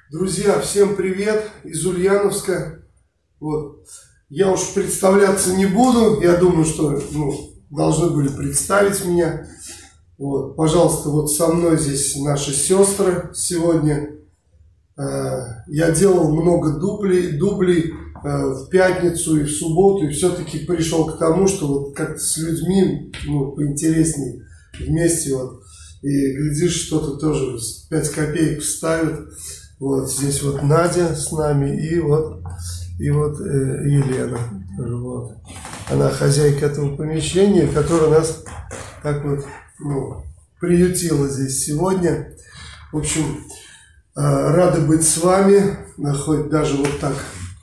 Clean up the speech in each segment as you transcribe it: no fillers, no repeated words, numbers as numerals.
Друзья, всем привет из Ульяновска. Вот. Я уж представляться не буду, я думаю, что должны были представить меня. Вот. Пожалуйста, вот со мной здесь наши сестры сегодня. Я делал много дублей в пятницу и в субботу, и все-таки пришел к тому, что вот как-то с людьми поинтереснее вместе. Вот. И глядишь, что-то тоже 5 копеек вставит. Вот здесь вот Надя с нами и вот Елена. Вот. Она хозяйка этого помещения, которая нас так вот приютила здесь сегодня. В общем, рады быть с вами, хоть даже вот так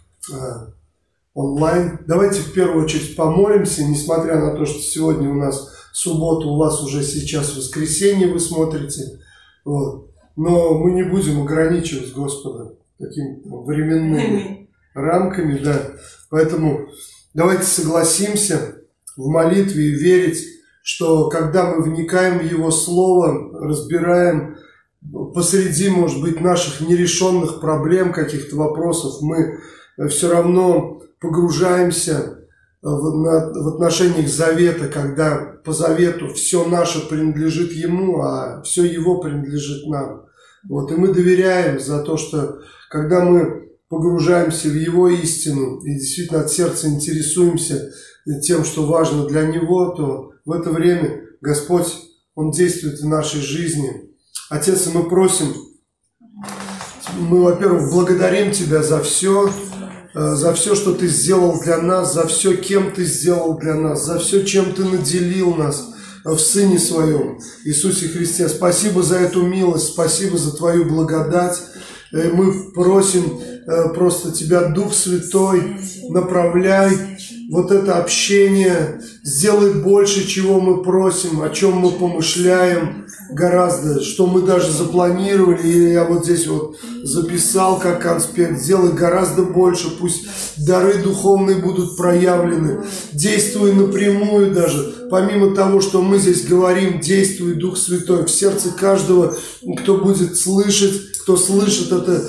онлайн. Давайте в первую очередь помолимся, несмотря на то, что сегодня у нас суббота, у вас уже сейчас воскресенье, вы смотрите. Вот. Но мы не будем ограничивать Господа такими временными рамками, да. Поэтому давайте согласимся в молитве и верить, что когда мы вникаем в Его Слово, разбираем посреди, может быть, наших нерешенных проблем, каких-то вопросов, мы все равно погружаемся в отношениях завета, когда по завету все наше принадлежит Ему, а все Его принадлежит нам. Вот, и мы доверяем за то, что когда мы погружаемся в Его истину и действительно от сердца интересуемся тем, что важно для Него, то в это время Господь, Он действует в нашей жизни. Отец, мы просим, мы, во-первых, благодарим Тебя за все, что Ты сделал для нас, за все, кем Ты сделал для нас, за все, чем Ты наделил нас в Сыне Своем, Иисусе Христе. Спасибо за эту милость, спасибо за Твою благодать. Мы просим просто Тебя, Дух Святой, направляй вот это общение, сделай больше, чего мы просим, о чем мы помышляем гораздо, что мы даже запланировали, и я вот здесь вот записал как конспект, сделай гораздо больше, пусть дары духовные будут проявлены, действуй напрямую даже, помимо того, что мы здесь говорим, действуй, Дух Святой, в сердце каждого, кто будет слышать, кто слышит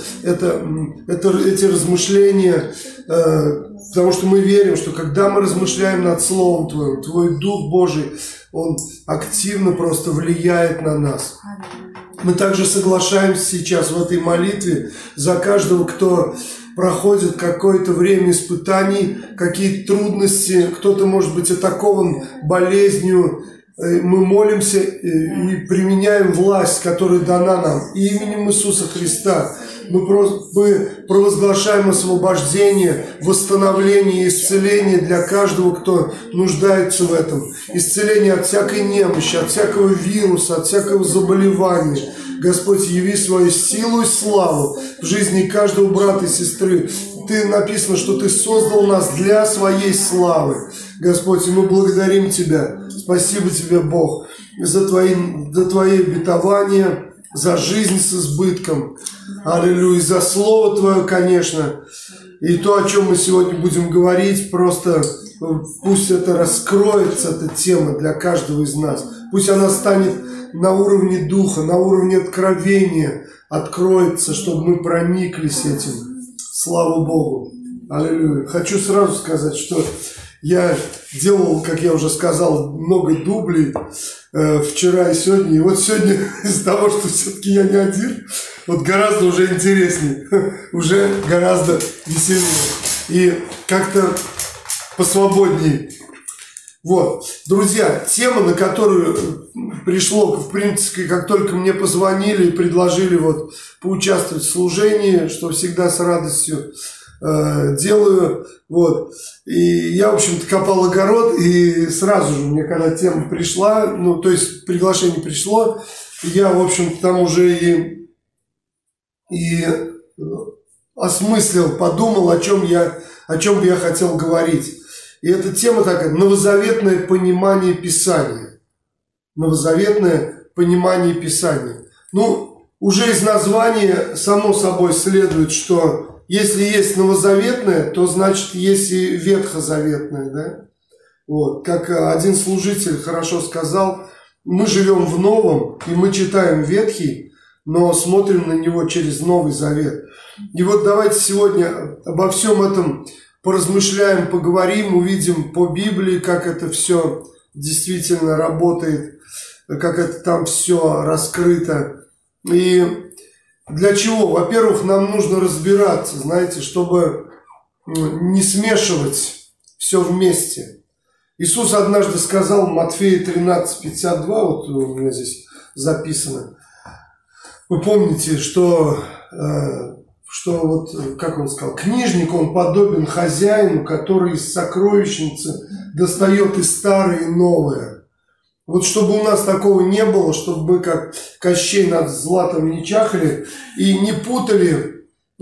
эти размышления, потому что мы верим, что когда мы размышляем над Словом Твоим, Твой Дух Божий, Он активно просто влияет на нас. Мы также соглашаемся сейчас в этой молитве за каждого, кто проходит какое-то время испытаний, какие-то трудности, кто-то может быть атакован болезнью. Мы молимся и применяем власть, которая дана нам именем Иисуса Христа. Мы провозглашаем освобождение, восстановление и исцеление для каждого, кто нуждается в этом. Исцеление от всякой немощи, от всякого вируса, от всякого заболевания. Господь, яви свою силу и славу в жизни каждого брата и сестры. Ты написано, что Ты создал нас для Своей славы. Господь, и мы благодарим Тебя. Спасибо Тебе, Бог, за Твои обетования, за жизнь с избытком. Аллилуйя. За Слово Твое, конечно. И то, о чем мы сегодня будем говорить, просто пусть это раскроется, эта тема для каждого из нас. Пусть она станет на уровне духа, на уровне откровения, откроется, чтобы мы прониклись этим. Слава Богу. Аллилуйя. Хочу сразу сказать, что я делал, как я уже сказал, много дублей вчера и сегодня. И вот сегодня из-за того, что все-таки я не один, вот гораздо уже интереснее, уже гораздо веселее и как-то посвободнее. Вот, друзья, тема, на которую пришло, в принципе, как только мне позвонили и предложили вот поучаствовать в служении, что всегда с радостью делаю, вот, и я, в общем-то, копал огород, и сразу же мне, когда тема пришла, то есть приглашение пришло, я, в общем-то, там уже и осмыслил, подумал, о чем бы я хотел говорить. И эта тема такая: новозаветное понимание Писания. Новозаветное понимание Писания. Уже из названия само собой следует, что если есть новозаветное, то значит есть и ветхозаветное, да? Вот. Как один служитель хорошо сказал, мы живем в новом, и мы читаем Ветхий, но смотрим на него через Новый Завет. И вот давайте сегодня обо всем этом поразмышляем, поговорим, увидим по Библии, как это все действительно работает, как это там все раскрыто. И для чего? Во-первых, нам нужно разбираться, знаете, чтобы не смешивать все вместе. Иисус однажды сказал, Матфея 13:52, вот у меня здесь записано. Вы помните, что вот, как он сказал, книжник, он подобен хозяину, который из сокровищницы достает и старое, и новое. Вот чтобы у нас такого не было, чтобы мы, как Кощей над златом, не чахали и не путали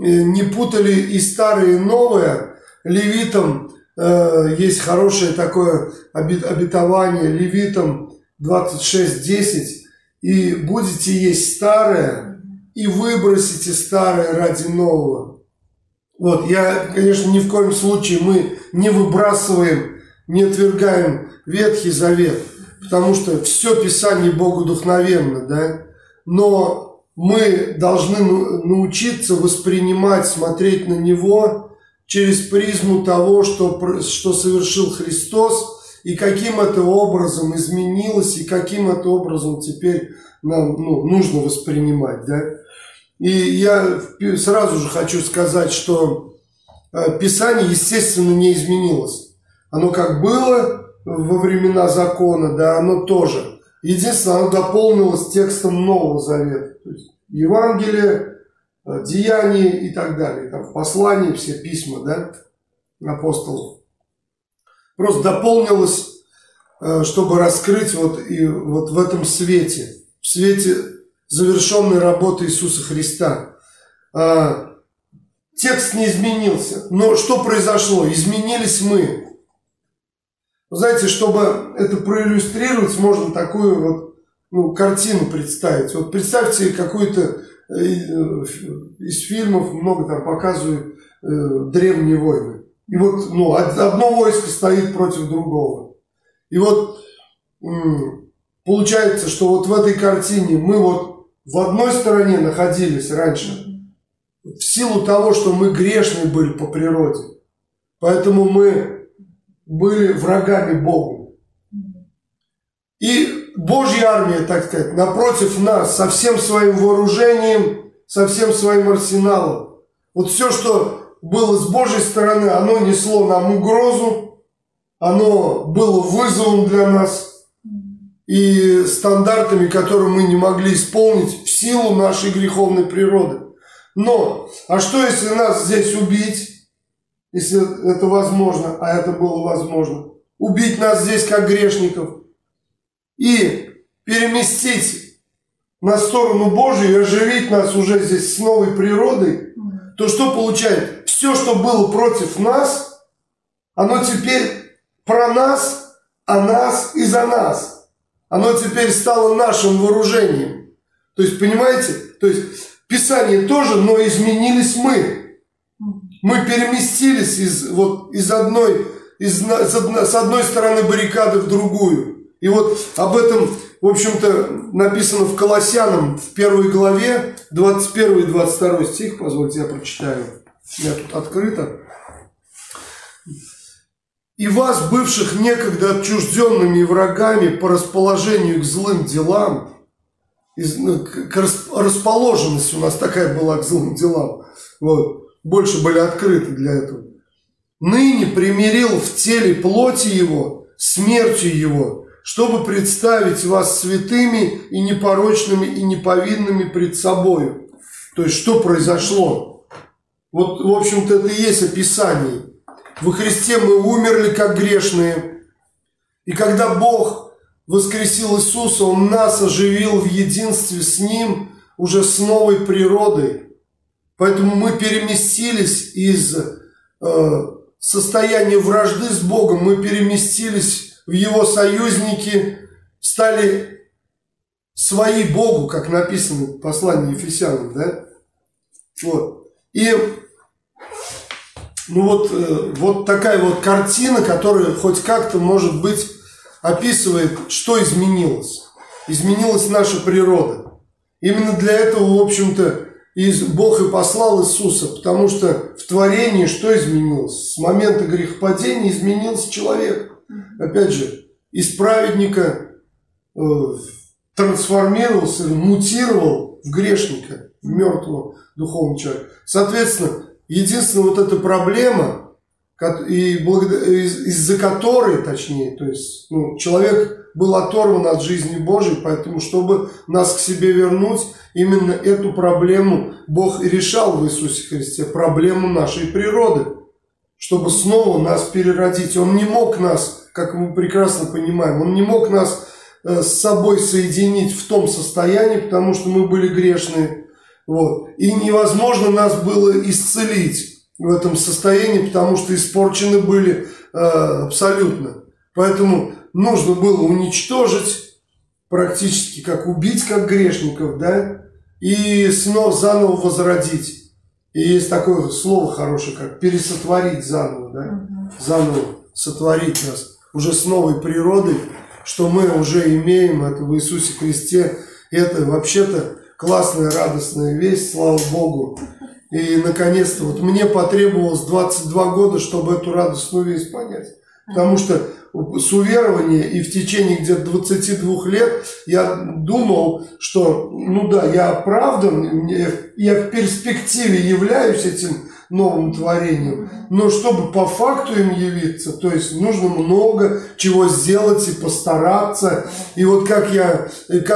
и старое, и новое. Левитам есть хорошее такое обетование, Левитам 26:10. И будете есть старое, и выбросите старое ради нового. Вот, конечно, ни в коем случае мы не выбрасываем, не отвергаем Ветхий Завет, потому что все Писание богодухновенно, да? Но мы должны научиться воспринимать, смотреть на него через призму того, что совершил Христос, и каким это образом изменилось, и каким это образом теперь нам нужно воспринимать, да? И я сразу же хочу сказать, что Писание, естественно, не изменилось. Оно как было во времена закона, да, оно тоже. Единственное, оно дополнилось текстом Нового Завета. То есть Евангелие, Деяния и так далее. Там послания, все письма, да, апостолов. Просто дополнилось, чтобы раскрыть вот в этом свете, в свете завершенной работы Иисуса Христа. Текст не изменился, но что произошло? Изменились мы. Вы знаете, чтобы это проиллюстрировать, можно такую вот картину представить. Вот представьте какую-то из фильмов, много там показывают древние войны. И вот одно войско стоит против другого. И вот получается, что вот в этой картине мы вот в одной стороне находились раньше, в силу того, что мы грешные были по природе. Поэтому мы были врагами Богу. И Божья армия, так сказать, напротив нас, со всем своим вооружением, со всем своим арсеналом. Вот все, что было с Божьей стороны, оно несло нам угрозу, оно было вызовом для нас и стандартами, которые мы не могли исполнить в силу нашей греховной природы. Но, а что если нас здесь убить, если это возможно, а это было возможно, убить нас здесь как грешников и переместить на сторону Божию и оживить нас уже здесь с новой природой, то что получается? Все, что было против нас, оно теперь про нас, о нас и за нас. Оно теперь стало нашим вооружением. То есть, понимаете? То есть, Писание тоже, но изменились мы. Мы переместились с одной стороны баррикады в другую. И вот об этом, в общем-то, написано в Колоссянам, в 1 главе, 21 и 22 стих, позвольте, я прочитаю. У меня тут открыто. «И вас, бывших некогда отчужденными и врагами по расположению к злым делам», расположенность у нас такая была к злым делам, вот, больше были открыты для этого, «ныне примирил в теле плоти его, смертью его, чтобы представить вас святыми и непорочными и неповинными пред собою». То есть, что произошло? Вот, в общем-то, это и есть описание. Во Христе мы умерли как грешные. И когда Бог воскресил Иисуса, Он нас оживил в единстве с Ним, уже с новой природой. Поэтому мы переместились из состояния вражды с Богом, мы переместились в Его союзники, стали свои Богу, как написано в послании Ефесянам, да? Вот. И вот такая вот картина, которая хоть как-то, может быть, описывает, что изменилось. Изменилась наша природа. Именно для этого, в общем-то, Бог и послал Иисуса, потому что в творении что изменилось? С момента грехопадения изменился человек. Опять же, из праведника трансформировался, мутировал в грешника, в мертвого духовного человека. Соответственно, единственная вот эта проблема, из-за которой, точнее, то есть человек был оторван от жизни Божией, поэтому, чтобы нас к себе вернуть, именно эту проблему Бог и решал в Иисусе Христе, проблему нашей природы, чтобы снова нас переродить. Он не мог нас, как мы прекрасно понимаем, Он не мог нас с собой соединить в том состоянии, потому что мы были грешные. Вот. И невозможно нас было исцелить в этом состоянии, потому что испорчены были абсолютно. Поэтому нужно было уничтожить, практически как убить, как грешников, да, и снова заново возродить. И есть такое слово хорошее, как пересотворить заново, да, заново сотворить нас уже с новой природой, что мы уже имеем это в Иисусе Христе. Это вообще-то классная, радостная весть, слава Богу. И, наконец-то, вот мне потребовалось 22 года, чтобы эту радостную весть понять. Потому что с уверования и в течение где-то 22 лет я думал, что, я оправдан, я в перспективе являюсь этим новым творением, но чтобы по факту им явиться, то есть нужно много чего сделать и постараться. И вот как я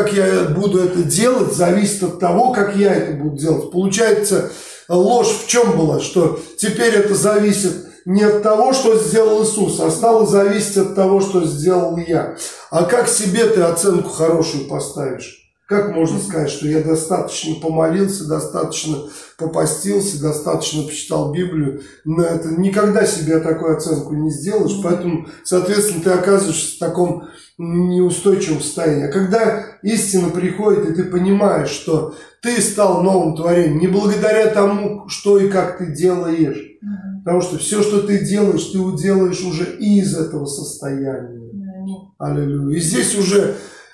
буду это делать, зависит от того, как я это буду делать. Получается, ложь в чем была? Что теперь это зависит не от того, что сделал Иисус, а стало зависеть от того, что сделал я. А как себе ты оценку хорошую поставишь? Как можно сказать, что я достаточно помолился, достаточно попастился, достаточно почитал Библию? Но это никогда себе такую оценку не сделаешь, поэтому, соответственно, ты оказываешься в таком неустойчивом состоянии. А когда истина приходит, и ты понимаешь, что ты стал новым творением, не благодаря тому, что и как ты делаешь, потому что все, что ты делаешь уделаешь уже из этого состояния. Аллилуйя. И здесь уже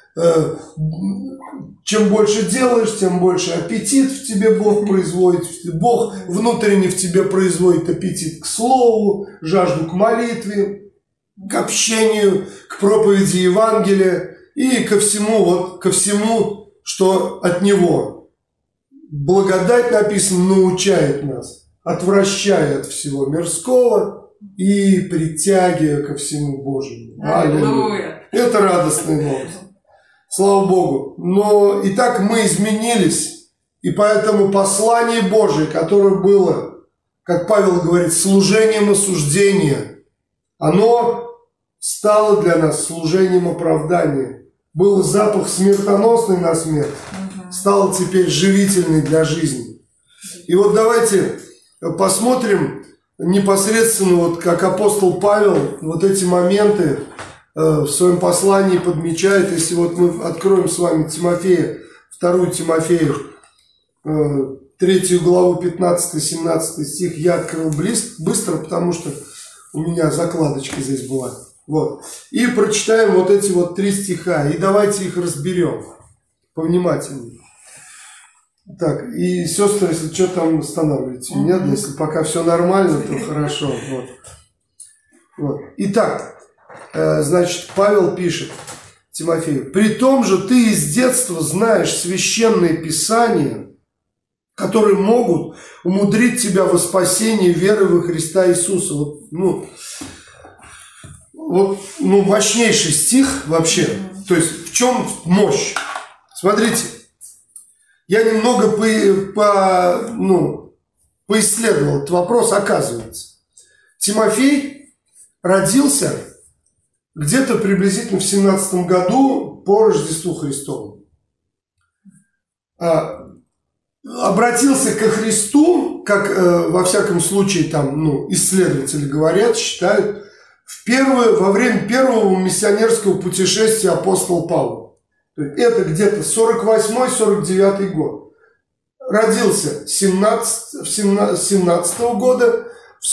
чем больше делаешь, тем больше аппетит в тебе Бог производит. Бог внутренне в тебе производит аппетит к слову, жажду к молитве, к общению, к проповеди Евангелия и ко всему, что от Него. Благодать, написано, научает нас, отвращая от всего мирского и притягивая ко всему Божьему. Аллилуйя. Это радостная новость. Слава Богу. Но и так мы изменились, и поэтому послание Божие, которое было, как Павел говорит, служением осуждения, оно стало для нас служением оправдания. Был запах смертоносный на смерть, стал теперь живительный для жизни. И вот давайте посмотрим непосредственно, вот как апостол Павел вот эти моменты в своем послании подмечает. Если вот мы откроем с вами Тимофея, 2 Тимофею, 3 главу, 15-17 стих, я открыл быстро, потому что у меня закладочка здесь была. Вот. И прочитаем вот эти вот 3 стиха, и давайте их разберем повнимательнее. Так, и сестры, если что, там останавливайте меня, если пока все нормально, то хорошо. Вот. Итак, значит, Павел пишет Тимофею: «При том же ты из детства знаешь священные писания, которые могут умудрить тебя во спасение веры во Христа Иисуса». Мощнейший стих вообще. То есть, в чем мощь? Смотрите, я немного поисследовал этот вопрос. Оказывается, Тимофей родился где-то приблизительно в 17 году по Рождеству Христову. Обратился ко Христу, как во всяком случае там, исследователи говорят, считают, во время первого миссионерского путешествия апостола Павла. То есть это где-то 48-49 год. Родился 17 года, в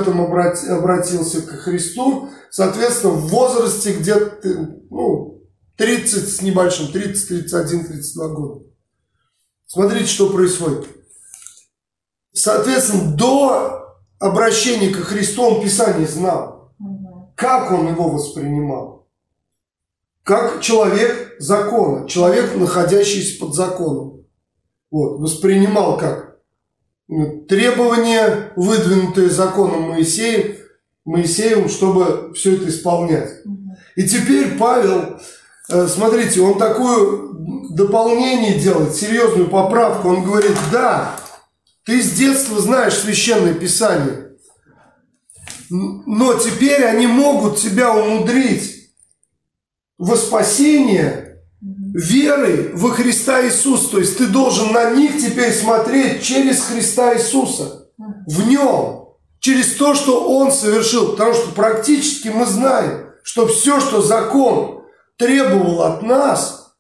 48-49 обратился к Христу, соответственно, в возрасте где-то 30 с небольшим, 30, 31, 32 года. Смотрите, что происходит. Соответственно, до обращения ко Христу он Писание знал. Как он его воспринимал? Как человек закона, человек, находящийся под законом. Вот, воспринимал как требования, выдвинутые законом Моисеем, чтобы все это исполнять. И теперь Павел, смотрите, он такое дополнение делает, серьезную поправку. Он говорит: да, ты с детства знаешь Священное Писание, но теперь они могут тебя умудрить во спасение верой во Христа Иисуса. То есть ты должен на них теперь смотреть через Христа Иисуса, в Нем, через то, что Он совершил. Потому что практически мы знаем, что все, что закон требовал от нас,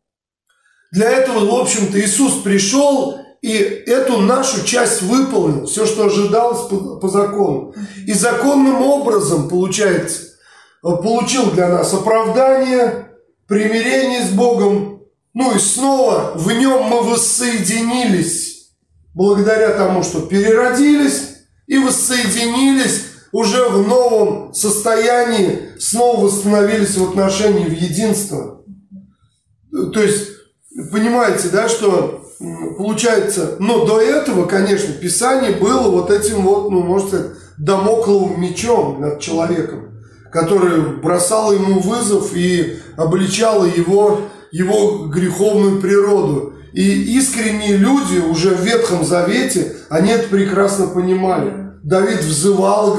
для этого, в общем-то, Иисус пришел и эту нашу часть выполнил, все, что ожидалось по закону. И законным образом, получается, получил для нас оправдание, примирение с Богом. Ну и снова в Нем мы воссоединились, благодаря тому, что переродились и воссоединились уже в новом состоянии, снова восстановились в отношении, в единство. То есть, понимаете, да, что получается, но до этого, конечно, Писание было вот этим вот, ну, можно сказать, дамокловым мечом над человеком, который бросал ему вызов и обличало его греховную природу. И искренние люди уже в Ветхом Завете, они это прекрасно понимали. Давид взывал,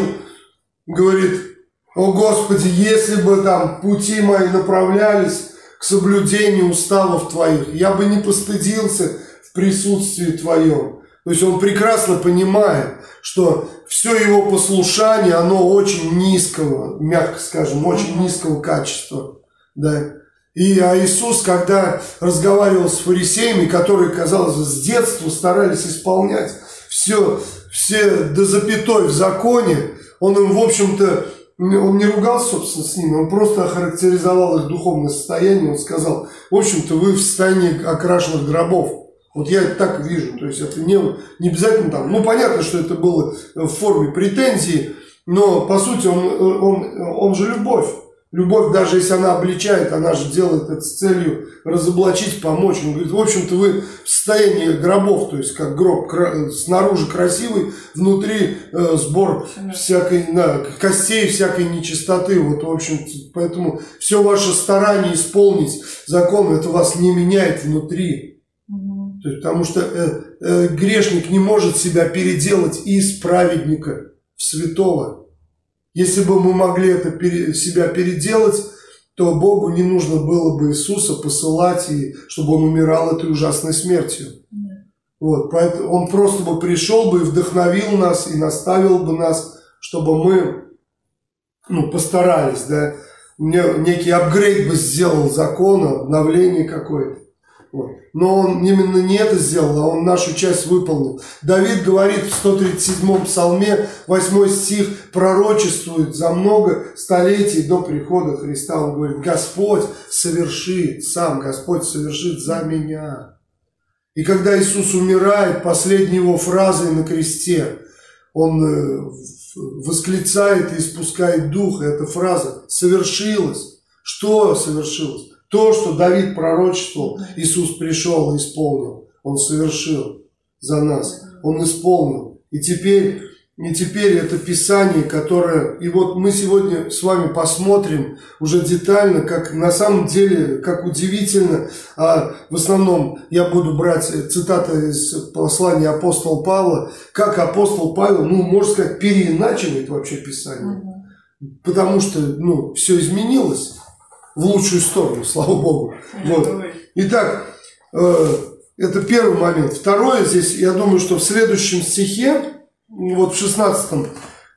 говорит: о Господи, если бы там пути мои направлялись к соблюдению уставов Твоих, я бы не постыдился в присутствии Твоем. То есть он прекрасно понимает, что все его послушание, оно очень низкого, мягко скажем, очень низкого качества. Да. А Иисус, когда разговаривал с фарисеями, которые, казалось бы, с детства старались исполнять все до запятой в законе, он им, в общем-то, он не ругался, собственно, с ними, он просто охарактеризовал их духовное состояние. Он сказал: в общем-то, вы в состоянии окрашенных гробов. Вот я это так вижу. То есть это не обязательно там. Ну, понятно, что это было в форме претензии, но по сути он же любовь. Любовь, даже если она обличает, она же делает это с целью разоблачить, помочь. Он говорит: в общем-то, вы в состоянии гробов, то есть как гроб, снаружи красивый, внутри сбор всякой, костей, всякой нечистоты. Вот, в общем, поэтому все ваше старание исполнить закон, это вас не меняет внутри. То есть, потому что грешник не может себя переделать из праведника в святого. Если бы мы могли это себя переделать, то Богу не нужно было бы Иисуса посылать, и чтобы Он умирал этой ужасной смертью. Вот, поэтому Он просто бы пришел бы и вдохновил нас, и наставил бы нас, чтобы мы постарались, да, некий апгрейд бы сделал закона, обновление какое-то. Вот. Но он именно не это сделал, а он нашу часть выполнил. Давид говорит в 137-м псалме, 8 стих, пророчествует за много столетий до прихода Христа. Он говорит: Господь совершит, сам Господь совершит за меня. И когда Иисус умирает, последней его фразой на кресте, он восклицает и испускает дух. И эта фраза: совершилось. Что совершилось? То, что Давид пророчествовал, Иисус пришел и исполнил. Он совершил за нас. Он исполнил. И теперь это Писание, которое... И вот мы сегодня с вами посмотрим уже детально, как на самом деле, как удивительно. В основном я буду брать цитаты из послания апостола Павла, как апостол Павел, можно сказать, переиначивает вообще Писание. Потому что, все изменилось. В лучшую сторону, слава Богу. Вот. Итак, это первый момент. Второе, здесь, я думаю, что в следующем стихе, вот в 16-м,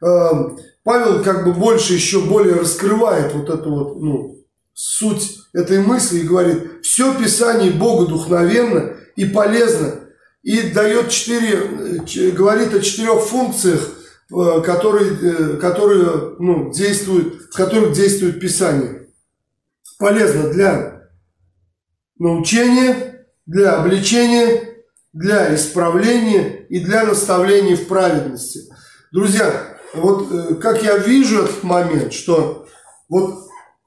Павел как бы еще более раскрывает вот эту суть этой мысли и говорит: все Писание Богодухновенно и полезно, и дает говорит о 4 функциях, в которых действует Писание. полезно для научения, для обличения, для исправления и для наставления в праведности. Друзья, вот как я вижу этот момент, что вот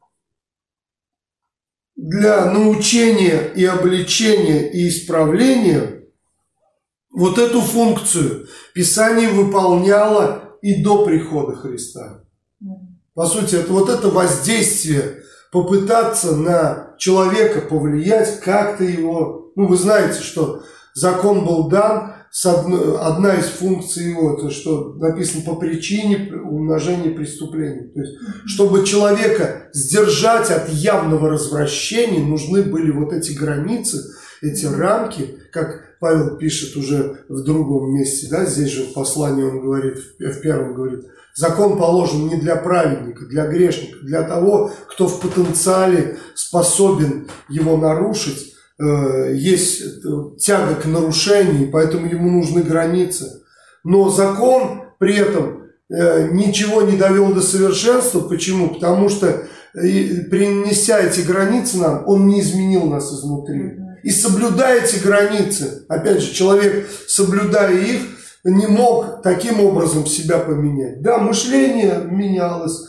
для научения и обличения и исправления вот эту функцию Писание выполняло и до прихода Христа. По сути, это вот это воздействие, попытаться на человека повлиять, как-то его... Ну, вы знаете, что закон был дан, одна из функций его, это что написано по причине умножения преступлений. То есть, чтобы человека сдержать от явного развращения, нужны были вот эти границы, эти рамки, как Павел пишет уже в другом месте, да, здесь же в послании он говорит, в первом говорит, закон положен не для праведника, для грешника, для того, кто в потенциале способен его нарушить. Есть тяга к нарушению, поэтому ему нужны границы. Но закон при этом ничего не довел до совершенства. Почему? Потому что, принеся эти границы нам, он не изменил нас изнутри. И соблюдая эти границы, опять же, человек, соблюдая их, не мог таким образом себя поменять. Да, мышление менялось,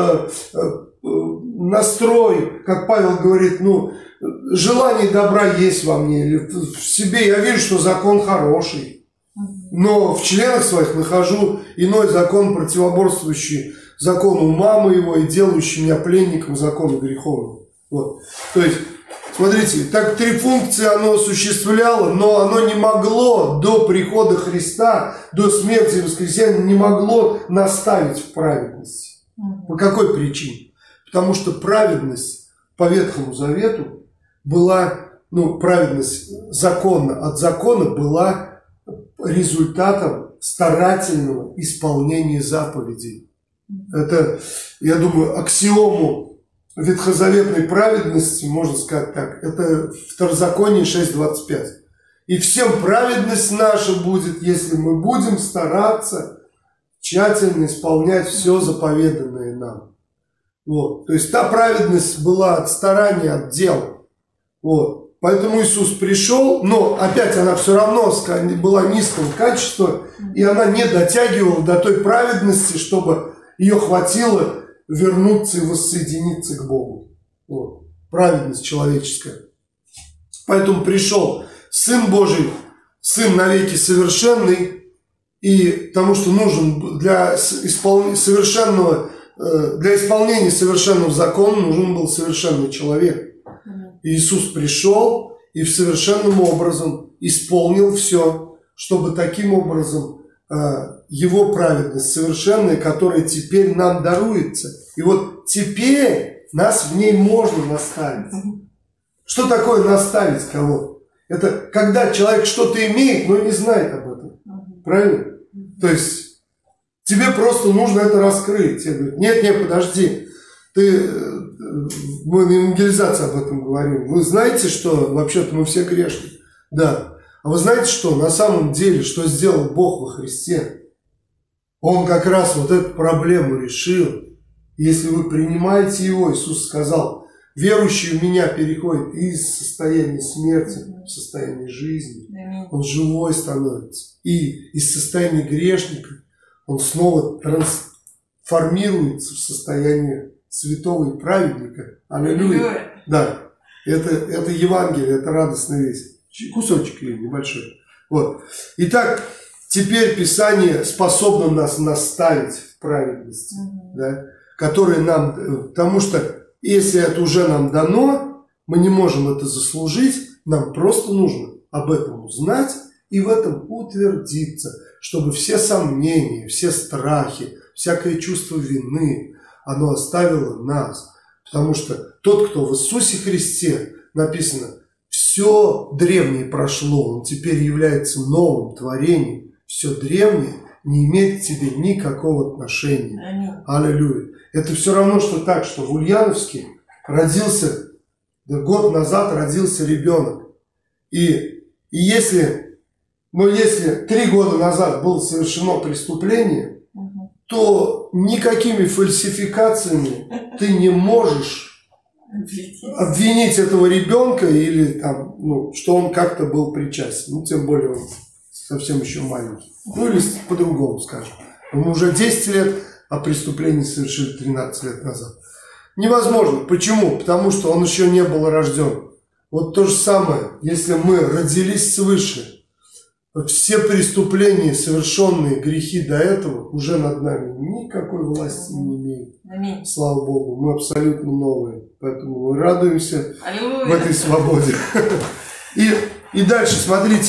настрой, как Павел говорит, желание добра есть во мне, или в себе я вижу, что закон хороший, но в членах своих нахожу иной закон, противоборствующий закону ума моего и делающий меня пленником закона греховного. Вот. То есть, смотрите, так три функции оно осуществляло, но оно не могло до прихода Христа, до смерти и воскресения, не могло наставить в праведности. По какой причине? Потому что праведность по Ветхому Завету была, праведность законна, от закона была результатом старательного исполнения заповедей. Это, я думаю, аксиому ветхозаветной праведности, можно сказать так, это Второзаконие 6.25. И всем праведность наша будет, если мы будем стараться тщательно исполнять все заповеданное нам. Вот. То есть та праведность была от старания, от дел. Вот. Поэтому Иисус пришел, но опять она все равно была низкого качества, и она не дотягивала до той праведности, чтобы ее хватило вернуться и воссоединиться к Богу. Вот. Праведность человеческая. Поэтому пришел Сын Божий, Сын навеки совершенный, и потому что нужен для исполнения совершенного закона нужен был совершенный человек. И Иисус пришел и в совершенным образом исполнил все, чтобы таким образом его праведность совершенная, которая теперь нам даруется. И вот теперь нас в ней можно наставить. Что такое наставить кого-то? Это когда человек что-то имеет, но не знает об этом. Правильно? То есть тебе просто нужно это раскрыть. Тебе говорят, нет, подожди. Мы на евангелизации об этом говорим. Вы знаете, что вообще-то мы все грешны? Да. А вы знаете, что на самом деле, что сделал Бог во Христе? Он как раз вот эту проблему решил. Если вы принимаете Его, Иисус сказал, верующий в Меня переходит из состояния смерти в состояние жизни. Он живой становится. И из состояния грешника он снова трансформируется в состояние святого и праведника. Аллилуйя. Да. Это Евангелие, это радостная весть. Кусочек ее небольшой. Вот. Итак, теперь Писание способно нас наставить в праведности. Да? Которое нам... Потому что если это уже нам дано, мы не можем это заслужить, нам просто нужно об этом узнать и в этом утвердиться, чтобы все сомнения, все страхи, всякое чувство вины, оно оставило нас. Потому что тот, кто в Иисусе Христе, написано, все древнее прошло, он теперь является новым творением. Все древнее не имеет к тебе никакого отношения. Аллилуйя. Это все равно, что так, что в Ульяновске год назад родился ребенок. И если 3 года назад было совершено преступление, то никакими фальсификациями ты не можешь обвинить этого ребенка или там, ну, что он как-то был причастен. Ну, тем более он совсем еще маленький. Ну, или по-другому скажем. Ему уже 10 лет, а преступление совершили 13 лет назад. Невозможно. Почему? Потому что он еще не был рожден. Вот то же самое, если мы родились свыше, все преступления, совершенные грехи до этого, уже над нами никакой власти не имеют. Аминь. Слава Богу, мы абсолютно новые. Поэтому мы радуемся в этой свободе. И дальше, смотрите,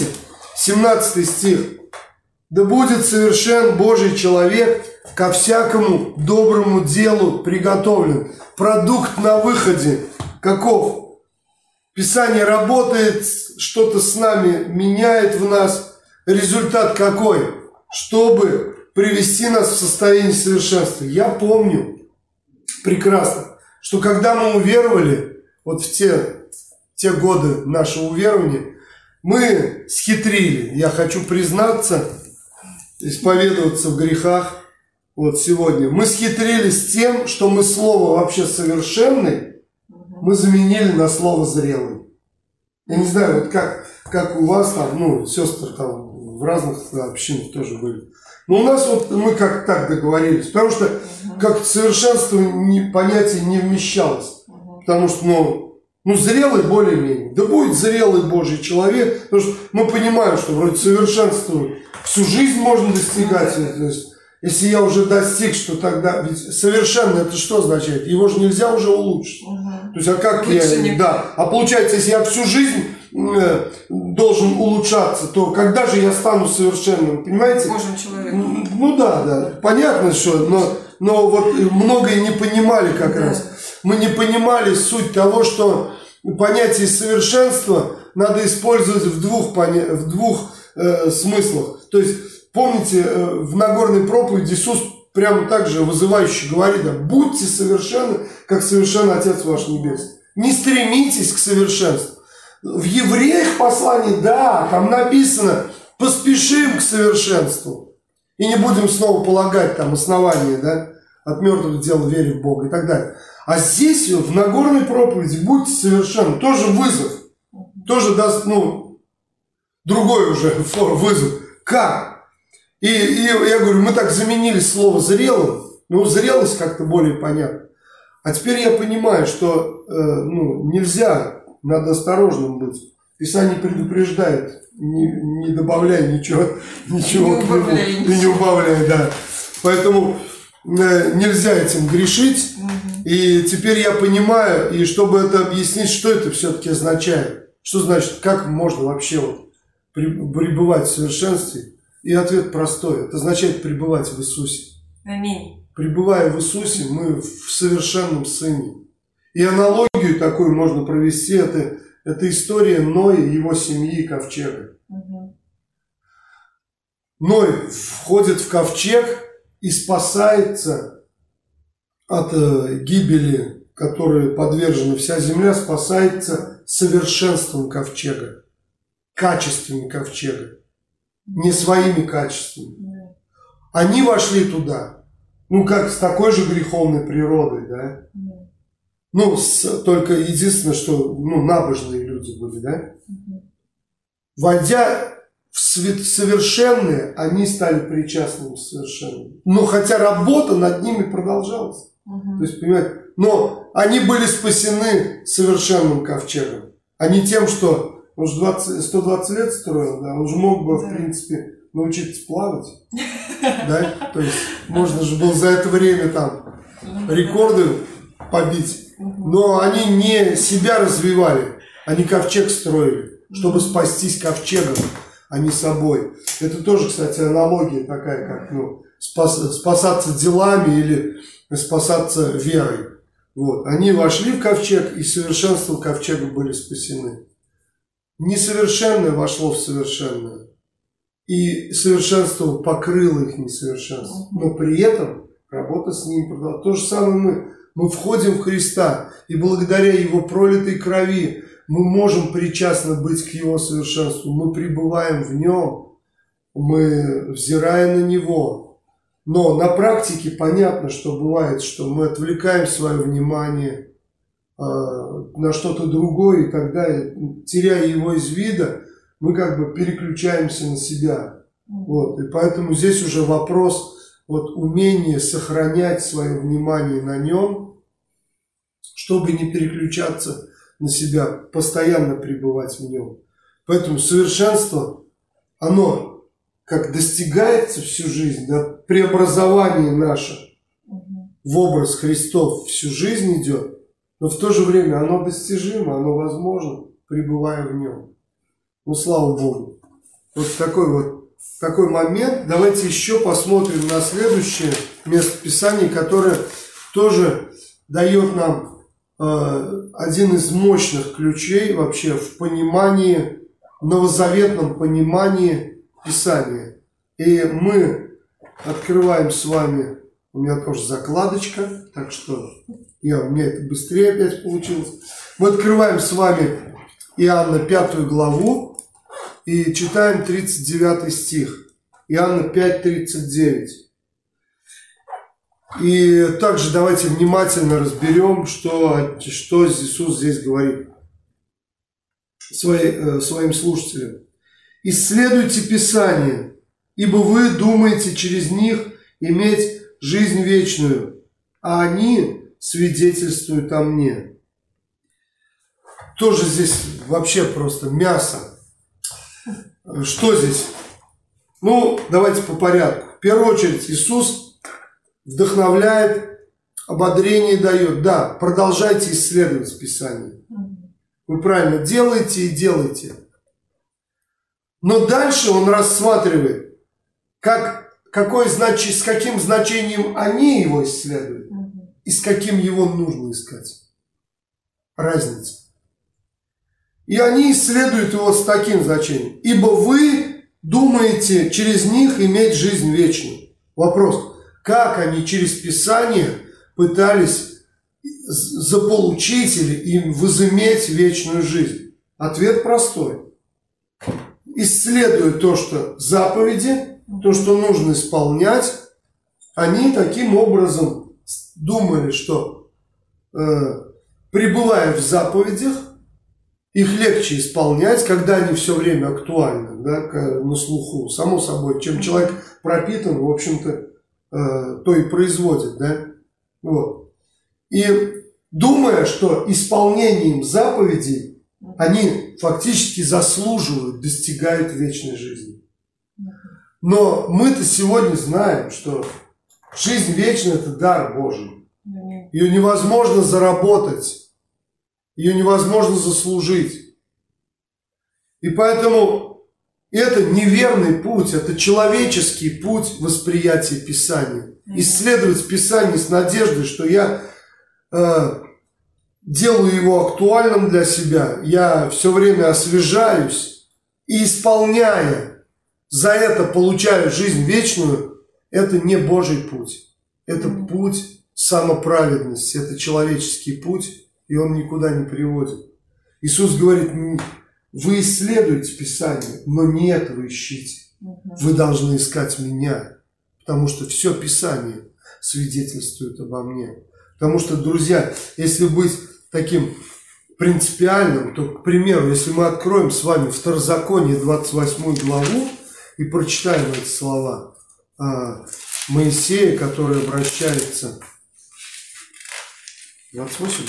17 стих. «Да будет совершен Божий человек, ко всякому доброму делу приготовлен». Продукт на выходе каков? Писание работает, что-то с нами меняет в нас. Результат какой? Чтобы привести нас в состояние совершенства. Я помню прекрасно, что когда мы уверовали, вот в те годы нашего уверования, мы схитрили. Я хочу признаться, исповедоваться в грехах. Вот сегодня. Мы схитрили с тем, что мы слово вообще совершенный, мы заменили на слово зрелый. Я не знаю, вот как у вас там, ну, сестры там в разных общинах тоже были. Но у нас вот мы как так договорились, потому что как совершенство понятие не вмещалось. Потому что, ну, зрелый более-менее. Да будет зрелый Божий человек, потому что мы понимаем, что вроде совершенства всю жизнь можно достигать. То есть, если я уже достиг, что тогда... Ведь совершенно это что означает? Его же нельзя уже улучшить. То есть, а как я... Да. А получается, если я всю жизнь должен улучшаться, то когда же я стану совершенным? Понимаете? Божьим человеком. Ну да. Понятно, что... Но вот многое не понимали как раз. Мы не понимали суть того, что понятие совершенства надо использовать в двух смыслах. То есть, помните, в Нагорной проповеди Иисус прямо так же вызывающе говорит: да, будьте совершенны, как совершен Отец ваш Небесный. Не стремитесь к совершенству. В Евреях послании, да, там написано: поспешим к совершенству. И не будем снова полагать там основания, да, от мертвых дел вере в Бога и так далее. А здесь в Нагорной проповеди будьте совершенны. Тоже вызов. Тоже даст, другой уже вызов. Как? И я говорю, мы так заменили слово зрелым. Зрелость как-то более понятна. А теперь я понимаю, что нельзя, надо осторожным быть. Писание предупреждает, не добавляй ничего к нему, и не убавляй, да. Поэтому нельзя этим грешить. И теперь я понимаю, и чтобы это объяснить, что это все-таки означает. Что значит, как можно вообще пребывать в совершенстве? И ответ простой. Это означает пребывать в Иисусе. Аминь. Пребывая в Иисусе, мы в совершенном Сыне. И аналогию такую можно провести. Это история Ноя и его семьи и ковчега. Ной входит в ковчег и спасается от гибели, которой подвержена вся земля, спасается совершенством ковчега, качествами ковчега, не своими качествами. Они вошли туда, как с такой же греховной природой, да? Только единственное, что набожные люди были, да? Войдя в совершенные, они стали причастными к совершенным. Но хотя работа над ними продолжалась. То есть, понимаете, но они были спасены совершенным ковчегом, а не тем, что он же 120 лет строил, да, он же мог бы, в принципе, научиться плавать, да, то есть можно же было за это время там рекорды побить, но они не себя развивали, они ковчег строили, чтобы спастись ковчегом, а не собой. Это тоже, кстати, аналогия такая, как спасаться делами или спасаться верой. Они вошли в ковчег, и совершенством ковчега были спасены. Несовершенное вошло в совершенное, и совершенство покрыло их несовершенство. Но при этом работа с ним продолжалась. То же самое мы входим в Христа, и благодаря Его пролитой крови мы можем причастны быть к Его совершенству. Мы пребываем в Нем, мы взираем на Него. Но на практике понятно, что бывает, что мы отвлекаем свое внимание на что-то другое, и тогда, теряя его из вида, мы как бы переключаемся на себя. Вот. И поэтому здесь уже вопрос вот умения сохранять свое внимание на нем, чтобы не переключаться на себя, постоянно пребывать в нем. Поэтому совершенство, оно как достигается всю жизнь, да, преобразование наше в образ Христов всю жизнь идет, но в то же время оно достижимо, оно возможно, пребывая в нем. Ну, слава Богу. Вот такой момент. Давайте еще посмотрим на следующее место Писания, которое тоже дает нам один из мощных ключей вообще в понимании, новозаветном понимании Писания. И мы открываем с вами, у меня тоже закладочка, так что у меня это быстрее опять получилось. Мы открываем с вами Иоанна 5 главу и читаем 39 стих. Иоанна 5:39. И также давайте внимательно разберем, что Иисус здесь говорит своим слушателям. «Исследуйте Писание, ибо вы думаете через них иметь жизнь вечную, а они свидетельствуют о мне». Тоже здесь вообще просто мясо. Что здесь? Ну, давайте по порядку. В первую очередь, Иисус вдохновляет, ободрение дает. Да, продолжайте исследовать Писание. Вы правильно делаете и делаете. Но дальше Он рассматривает, с каким значением они его исследуют и с каким его нужно искать. Разница. И они исследуют его с таким значением. Ибо вы думаете через них иметь жизнь вечную. Вопрос, как они через Писание пытались заполучить или возыметь вечную жизнь? Ответ простой. Исследуя то, что заповеди, то, что нужно исполнять, они таким образом думали, что пребывая в заповедях, их легче исполнять, когда они все время актуальны, да, на слуху. Само собой, чем человек пропитан, в общем-то, то и производит. Да? Вот. И думая, что исполнением заповедей они фактически заслуживают, достигают вечной жизни. Но мы-то сегодня знаем, что жизнь вечная – это дар Божий. Ее невозможно заработать. Ее невозможно заслужить. И поэтому это неверный путь, это человеческий путь восприятия Писания. Исследовать Писание с надеждой, что я делаю его актуальным для себя, я все время освежаюсь и, исполняя, за это получаю жизнь вечную, это не Божий путь. Это путь самоправедности, это человеческий путь. И он никуда не приводит. Иисус говорит, вы исследуете Писание, но не этого ищите. Вы должны искать меня, потому что все Писание свидетельствует обо мне. Потому что, друзья, если быть таким принципиальным, то, к примеру, если мы откроем с вами Второзаконие 28 главу и прочитаем эти слова Моисея, который обращается... 28,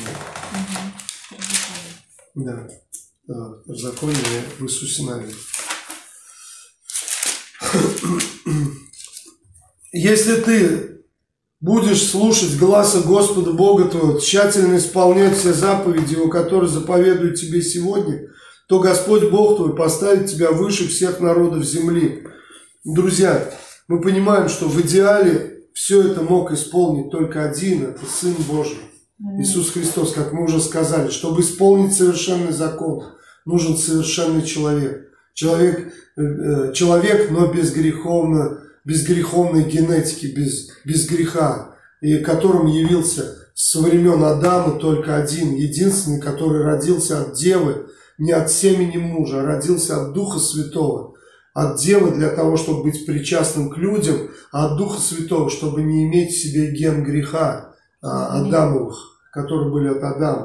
да? Да. Второзаконие в Иисусе Навине. Если ты будешь слушать гласа Господа Бога твоего, тщательно исполнять все заповеди его, которые заповедуют тебе сегодня, то Господь Бог твой поставит тебя выше всех народов земли. Друзья, мы понимаем, что в идеале все это мог исполнить только один, это Сын Божий. Иисус Христос, как мы уже сказали, чтобы исполнить совершенный закон, нужен совершенный человек. Человек, но без греховной генетики, без греха, и которым явился со времен Адама только один, единственный, который родился от Девы, не от семени мужа, а родился от Духа Святого. От Девы для того, чтобы быть причастным к людям, а от Духа Святого, чтобы не иметь в себе ген греха Адамовых, которые были от Адама,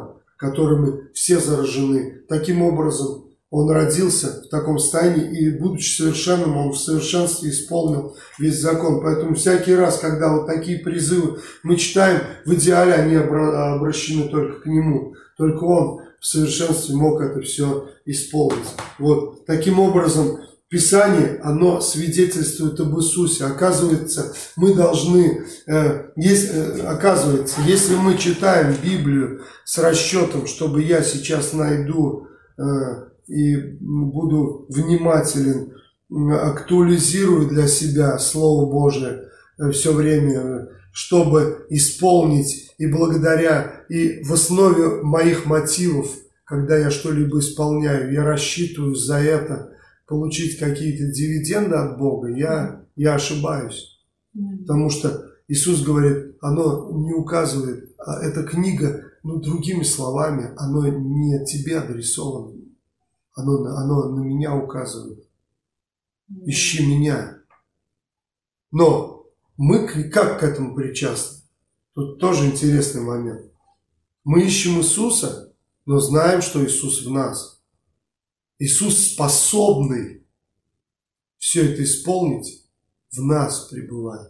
которыми все заражены. Таким образом, он родился в таком состоянии, и, будучи совершенным, он в совершенстве исполнил весь закон. Поэтому всякий раз, когда вот такие призывы мы читаем, в идеале они обращены только к нему. Только он в совершенстве мог это все исполнить. Вот. Таким образом, Писание, оно свидетельствует об Иисусе. Оказывается, мы должны, оказывается, если мы читаем Библию с расчетом, чтобы я сейчас найду и буду внимателен, актуализирую для себя Слово Божие все время, чтобы исполнить, и благодаря, и в основе моих мотивов, когда я что-либо исполняю, я рассчитываю за это получить какие-то дивиденды от Бога, я ошибаюсь. Потому что Иисус говорит, оно не указывает, а эта книга, другими словами, оно не тебе адресовано. Оно на меня указывает. Ищи меня. Но мы как к этому причастны? Тут тоже интересный момент. Мы ищем Иисуса, но знаем, что Иисус в нас. Иисус, способный все это исполнить, в нас пребывает.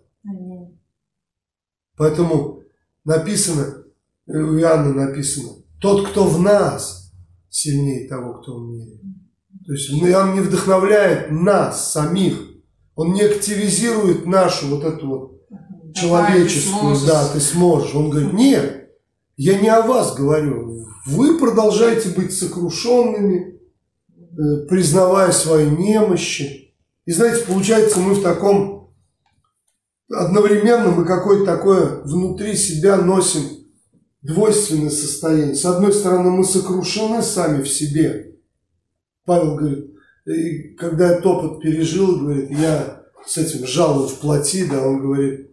Поэтому написано, у Иоанна написано, тот, кто в нас, сильнее того, кто в мире. То есть Иоанн не вдохновляет нас самих, он не активизирует нашу вот эту вот человеческую, да, ты сможешь. Он говорит, нет, я не о вас говорю, вы продолжаете быть сокрушенными, признавая свои немощи. И знаете, получается, мы в таком, одновременно мы какое-то такое внутри себя носим двойственное состояние. С одной стороны, мы сокрушены сами в себе. Павел говорит, когда я опыт пережил, говорит, я с этим жалую в плоти, да, он говорит,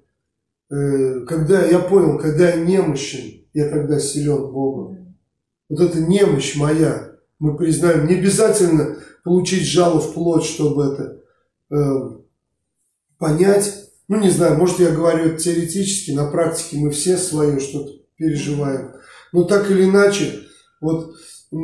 когда я понял, когда я немощен, я тогда силен Богом. Вот эта немощь моя, мы признаем, не обязательно получить жало в плоть, чтобы это понять. Не знаю, может, я говорю это теоретически, на практике мы все свое что-то переживаем. Но так или иначе, вот,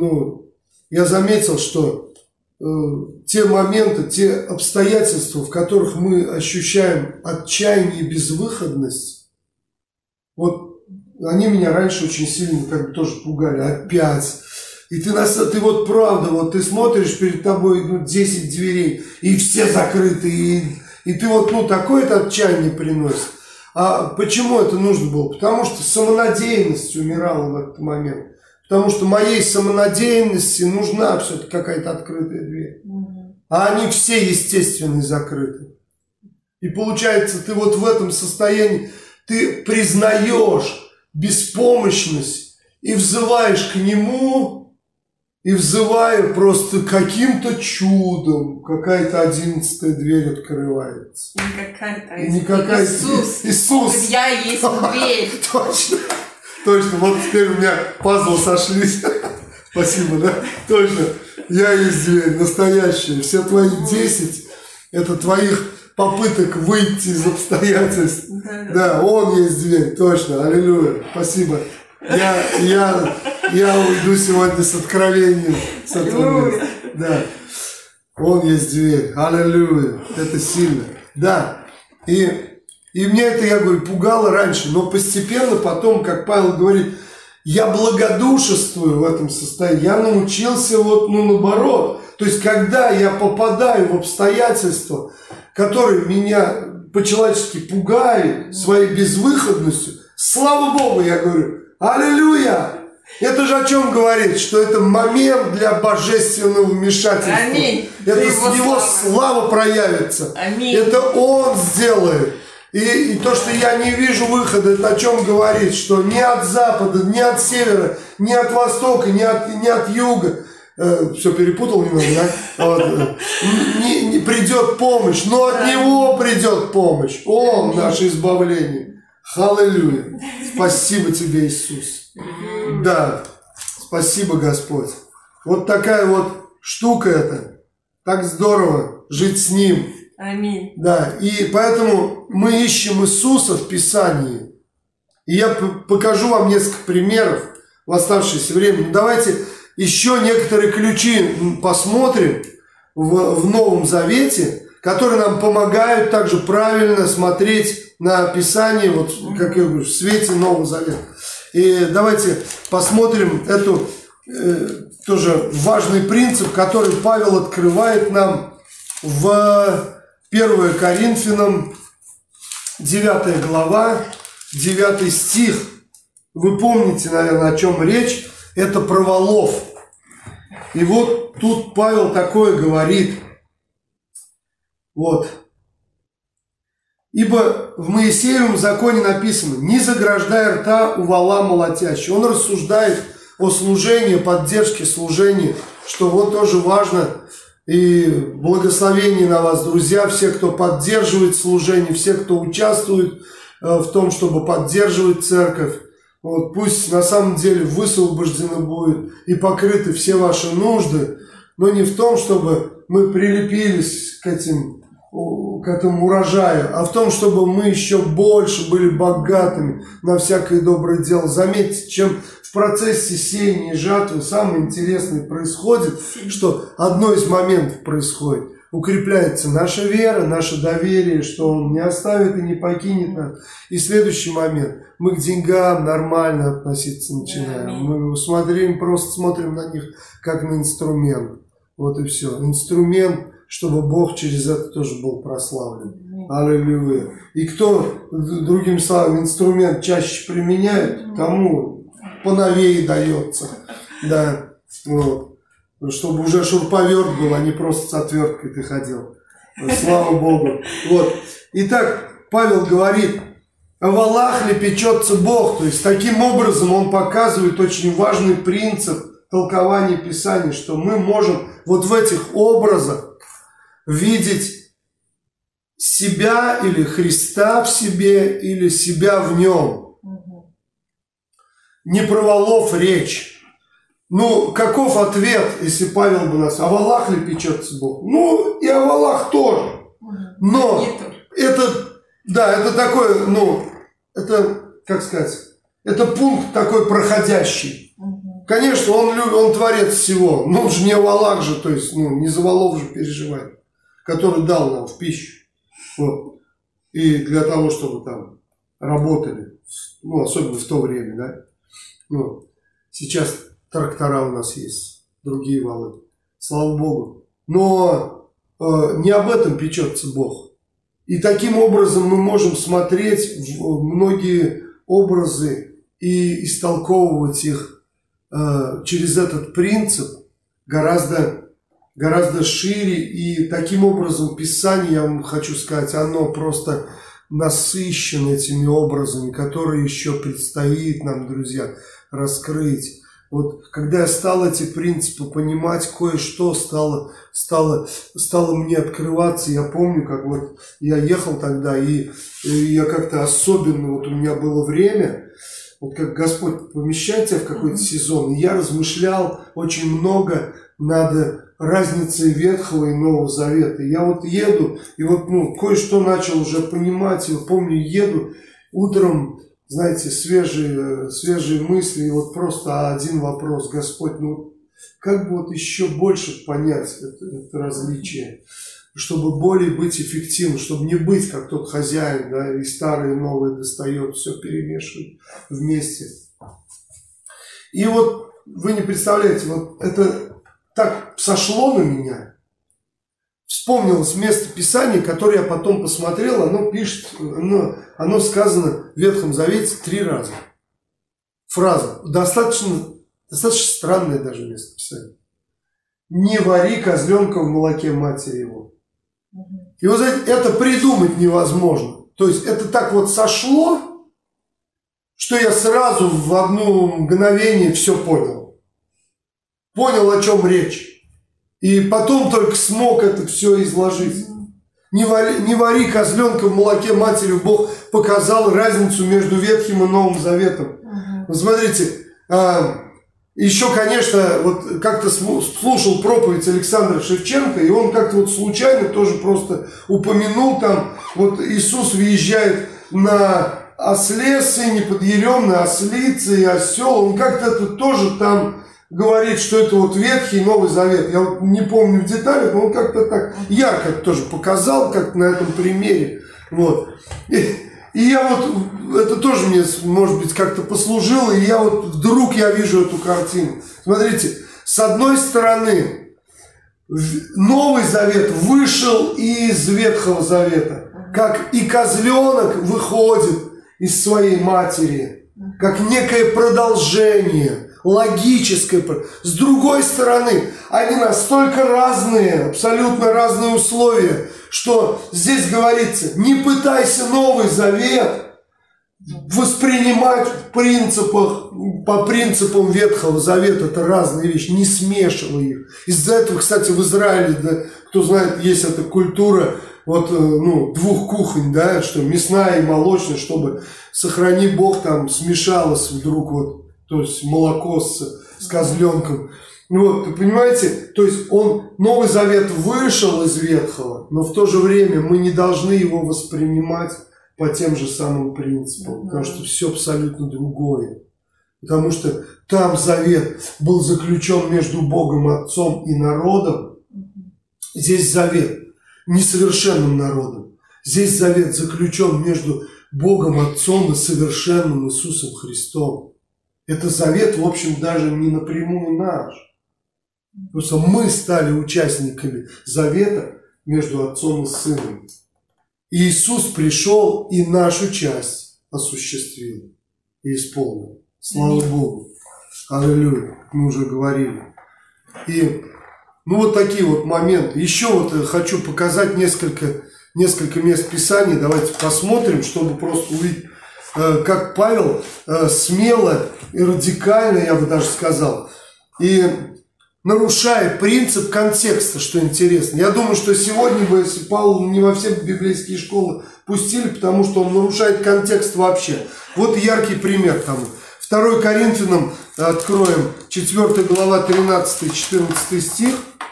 я заметил, что те моменты, те обстоятельства, в которых мы ощущаем отчаяние и безвыходность, вот они меня раньше очень сильно тоже пугали. Опять. И ты вот правда, вот ты смотришь, перед тобой 10 дверей, и все закрыты, и ты вот такое-то отчаяние приносит. А почему это нужно было? Потому что самонадеянность умирала в этот момент. Потому что моей самонадеянности нужна все-таки какая-то открытая дверь. А они все, естественно, закрыты. И получается, ты вот в этом состоянии, ты признаешь беспомощность и взываешь к Нему, и взывая просто каким-то чудом, какая-то 11-я дверь открывается. Не какая-то, Иисус. Я есть дверь. Точно, вот теперь у меня пазлы сошлись. Спасибо, да? Точно. Я есть дверь, настоящая. Все твои 10 это твоих попыток выйти из обстоятельств. Да, Он есть дверь, точно. Аллилуйя. Спасибо. Я уйду сегодня с откровением. С этого места. Да. Он есть дверь. Аллилуйя. Это сильно. Да. И меня это, я говорю, пугало раньше, но постепенно потом, как Павел говорит, я благодушествую в этом состоянии. Я научился наоборот. То есть, когда я попадаю в обстоятельства, которые меня по-человечески пугают своей безвыходностью, слава Богу, я говорю, аллилуйя! Это же о чем говорит? Что это момент для божественного вмешательства. Аминь. Это с Него слава проявится. Аминь. Это Он сделает. И то, что я не вижу выхода, это о чем говорит? Что ни от запада, ни от севера, ни от востока, ни от юга, все перепутал немного, да? Не придет помощь, но от Него придет помощь. Он наше избавление. Аллилуйя. Спасибо тебе, Иисус. Да, спасибо, Господь. Вот такая вот штука это. Так здорово жить с Ним. Аминь. Да, и поэтому мы ищем Иисуса в Писании. И я покажу вам несколько примеров. в оставшееся время. Но давайте еще некоторые ключи посмотрим в Новом Завете, которые нам помогают также правильно смотреть на Писание, вот как я говорю, в свете Нового Завета. И давайте посмотрим эту тоже важный принцип, который Павел открывает нам в 1 Коринфянам 9 глава, 9 стих. Вы помните, наверное, о чем речь. Это про волов. И вот тут Павел такое говорит. Вот. Ибо в Моисеевом законе написано: не заграждай рта у вола молотящего. Он рассуждает о служении, поддержке служения, что вот тоже важно. И благословение на вас, друзья, все, кто поддерживает служение, все, кто участвует в том, чтобы поддерживать церковь. Вот, пусть на самом деле высвобождены будут и покрыты все ваши нужды, но не в том, чтобы мы прилепились к этому урожаю, а в том, чтобы мы еще больше были богатыми на всякое доброе дело. Заметьте, чем в процессе сеяния и жатвы самое интересное происходит, что одно из моментов происходит. Укрепляется наша вера, наше доверие, что Он не оставит и не покинет нас. И следующий момент. Мы к деньгам нормально относиться начинаем. Мы просто смотрим на них как на инструмент. Вот и все. Инструмент, чтобы Бог через это тоже был прославлен. Аллилуйя. И кто, другими словами, инструмент чаще применяет, тому поновее дается. Да, вот. Чтобы уже шуруповерт был, а не просто с отверткой ты ходил. Слава Богу. Вот. Итак, Павел говорит: о волах ли печется Бог? То есть, таким образом он показывает очень важный принцип толкования Писания, что мы можем вот в этих образах видеть себя или Христа в себе, или себя в нем. Не про волов речь. Ну, каков ответ, если Павел бы нас: о волах ли печется Бог? Ну, и о волах тоже. Но это такой, это, как сказать, это пункт такой проходящий. Конечно, он творец всего, но он же не о волах же, то есть, не за волов же переживает, который дал нам в пищу. Вот. И для того, чтобы там работали, особенно в то время, да. Сейчас трактора у нас есть, другие валы. Слава Богу. Но не об этом печется Бог. И таким образом мы можем смотреть в многие образы и истолковывать их через этот принцип гораздо шире. И таким образом Писание, я вам хочу сказать, оно просто насыщено этими образами, которые еще предстоит нам, друзья, раскрыть. Вот когда я стал эти принципы понимать, кое-что стало мне открываться. Я помню, как вот я ехал тогда, и я как-то особенно, вот у меня было время, вот как Господь помещает тебя в какой-то сезон, и я размышлял очень много над разницей Ветхого и Нового Завета. И я вот еду, и вот кое-что начал уже понимать, и вот помню, еду утром, знаете, свежие мысли, и вот просто один вопрос: Господь, как бы вот еще больше понять это различие, чтобы более быть эффективным, чтобы не быть как тот хозяин, да, и старое и новое достает, все перемешивает вместе. И вот вы не представляете, вот это так сошло на меня. Вспомнилось место Писания, которое я потом посмотрел, оно сказано в Ветхом Завете 3 раза. Фраза. Достаточно странное даже место Писания. Не вари козленка в молоке матери его. И вот знаете, это придумать невозможно. То есть это так вот сошло, что я сразу в одно мгновение все понял. Понял, о чем речь. И потом только смог это все изложить. Не вари козленка в молоке матери. Бог показал разницу между Ветхим и Новым Заветом. Вот смотрите, еще, конечно, вот как-то слушал проповедь Александра Шевченко, и он как-то вот случайно тоже просто упомянул там, вот Иисус въезжает на осле, сыне подъеремной, ослице и осел, он как-то это тоже там говорит, что это вот Ветхий и Новый Завет. Я вот не помню в деталях, но он как-то так ярко тоже показал, как на этом примере. Вот. И я вот, это тоже мне, может быть, как-то послужило, и я вот вдруг я вижу эту картину. Смотрите, с одной стороны, Новый Завет вышел из Ветхого Завета, как и козленок выходит из своей матери, как некое продолжение, логическое. С другой стороны, они настолько разные, абсолютно разные условия, что здесь говорится, не пытайся Новый Завет воспринимать по принципам Ветхого Завета. Это разные вещи, не смешивай их. Из-за этого, кстати, в Израиле, да, кто знает, есть эта культура вот, двух кухонь, да, что мясная и молочная, чтобы, сохрани Бог, там смешалось вдруг вот, то есть молоко с козленком. Вот, вы понимаете, то есть Новый Завет вышел из Ветхого, но в то же время мы не должны его воспринимать по тем же самым принципам, потому что все абсолютно другое. Потому что там завет был заключен между Богом Отцом и народом. Здесь завет несовершенным народом. Здесь завет заключен между Богом Отцом и совершенным Иисусом Христом. Это завет, в общем, даже не напрямую наш. Просто мы стали участниками завета между Отцом и Сыном. И Иисус пришел и нашу часть осуществил и исполнил. Слава Богу. Аллилуйя. Мы уже говорили. И вот такие вот моменты. Еще вот хочу показать несколько мест Писания. Давайте посмотрим, чтобы просто увидеть, как Павел смело и радикально, я бы даже сказал, и нарушая принцип контекста, что интересно. Я думаю, что сегодня бы, если Павла не во все библейские школы пустили, потому что он нарушает контекст вообще. Вот яркий пример тому. 2 Коринфянам откроем, 4 глава, 13-14 стих.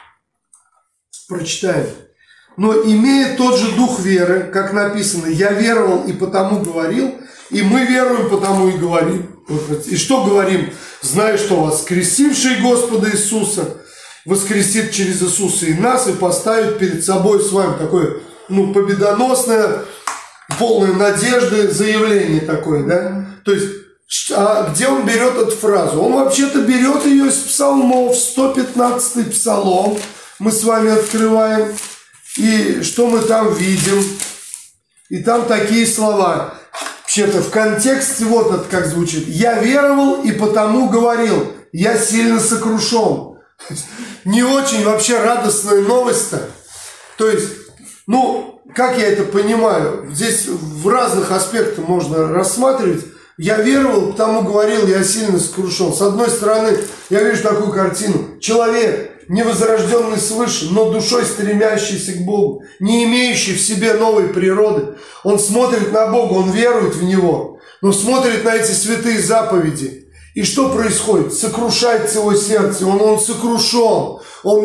Прочитаем. «Но имея тот же дух веры, как написано, я веровал и потому говорил, и мы веруем, потому и говорим». И что говорим? «Зная, что воскресивший Господа Иисуса воскресит через Иисуса и нас, и поставит перед собой с вами». Такое, победоносное, полное надежды заявление такое, да? То есть, где он берет эту фразу? Он вообще-то берет ее из псалмов, 115-й псалом. Мы с вами открываем. И что мы там видим? И там такие слова. Вообще-то в контексте вот это как звучит. «Я веровал и потому говорил, я сильно сокрушен». Не очень вообще радостная новость-то. То есть, как я это понимаю? Здесь в разных аспектах можно рассматривать. «Я веровал, потому говорил, я сильно сокрушен». С одной стороны, я вижу такую картину. Человек, невозрожденный свыше, но душой стремящийся к Богу, не имеющий в себе новой природы. Он смотрит на Бога, он верует в Него, но смотрит на эти святые заповеди. И что происходит? Сокрушается его сердце, он сокрушен,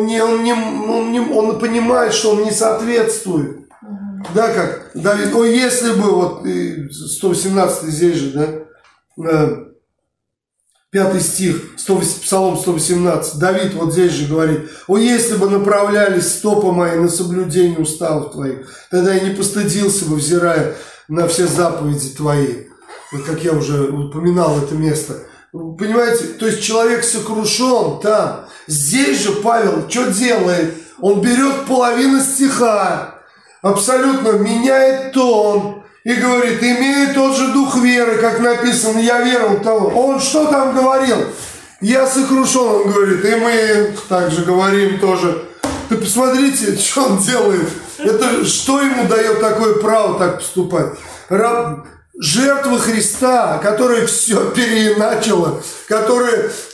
он понимает, что он не соответствует. Да, как Давид, если бы, вот 118 здесь же, да, 5 стих, Псалом 118, Давид вот здесь же говорит: если бы направлялись стопы мои на соблюдение уставов твоих, тогда я не постыдился бы, взирая на все заповеди твои». Вот как я уже упоминал это место. Понимаете, то есть человек сокрушен там. Здесь же Павел что делает? Он берет половину стиха, абсолютно меняет тон и говорит: имея тот же дух веры, как написано, я веровал того. Он что там говорил? Я сокрушен, он говорит, и мы также говорим тоже. Ты посмотрите, что он делает. Это что ему дает такое право так поступать? Жертва Христа, которая все переиначила, которая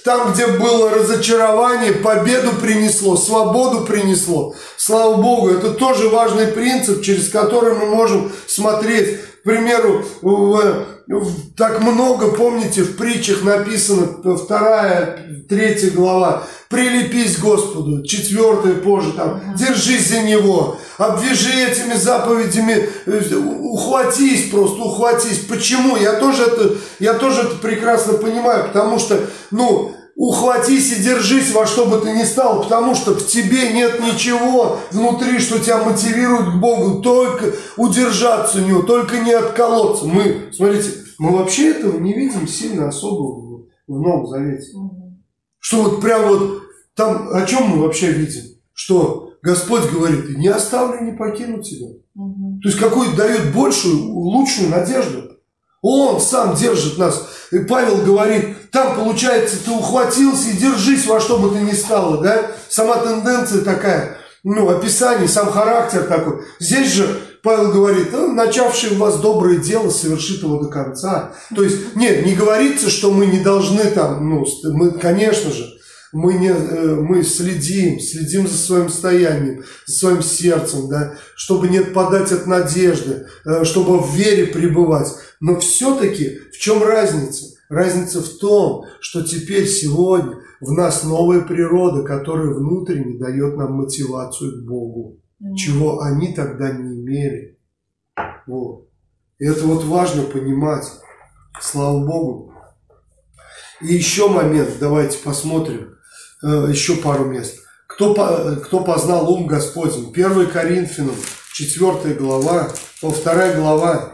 там, где было разочарование, победу принесло, свободу принесло. Слава Богу, это тоже важный принцип, через который мы можем смотреть. К примеру, так много, помните, в притчах написано, 2-3 глава, прилепись к Господу, 4 позже, там, держись за Него, обвяжи этими заповедями, ухватись просто, ухватись. Почему? Я тоже это прекрасно понимаю, потому что, ухватись и держись во что бы ты ни стал, потому что в тебе нет ничего внутри, что тебя мотивирует к Богу, только удержаться у Него, только не отколоться. Смотрите, мы вообще этого не видим сильно особо в Новом Завете. Что вот прям вот там, о чем мы вообще видим? Что Господь говорит, не оставлю, не покину тебя. То есть какую дает большую, лучшую надежду. Он сам держит нас. И Павел говорит, там, получается, ты ухватился и держись во что бы ты ни стало, да? Сама тенденция такая, описание, сам характер такой. Здесь же Павел говорит, начавший в вас доброе дело совершит его до конца. То есть, нет, не говорится, что мы не должны там, мы, конечно же, мы следим за своим состоянием, за своим сердцем, да, чтобы не отпадать от надежды, чтобы в вере пребывать. Но все-таки в чем разница? Разница в том, что теперь сегодня в нас новая природа, которая внутренне дает нам мотивацию к Богу, чего они тогда не имели. Вот. И это вот важно понимать. Слава Богу. И еще момент, давайте посмотрим. Еще пару мест. Кто познал ум Господень? 1 Коринфянам, 4 глава, 2 глава,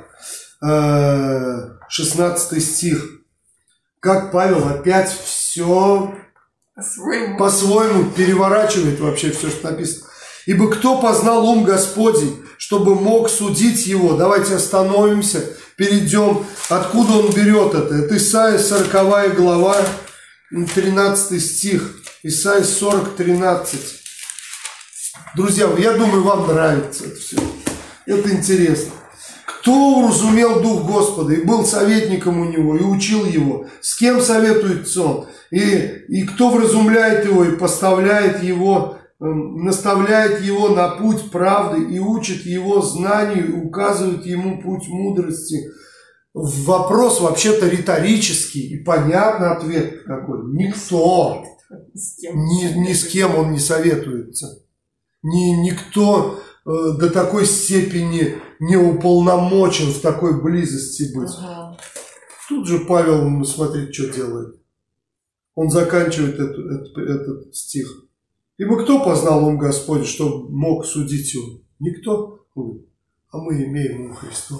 16 стих. Как Павел опять все по-своему переворачивает вообще все, что написано. Ибо кто познал ум Господень, чтобы мог судить его? Давайте остановимся, перейдем. Откуда он берет это? Это Исайя 40 глава, 13 стих. Исайя 40, 13. Друзья, я думаю, вам нравится это все. Это интересно. Кто уразумел Дух Господа и был советником у Него, и учил Его? С кем советуется Он? И кто вразумляет Его и поставляет Его, наставляет Его на путь правды и учит Его знанию, и указывает Ему путь мудрости? Вопрос вообще-то риторический, и понятный ответ какой. Никто. Ни с кем он не советуется. Никто до такой степени не уполномочен в такой близости быть. Тут же Павел, смотрите, что делает. Он заканчивает этот стих. Ибо кто познал ум Господень, что мог судить его? Никто. А мы имеем ум Христов.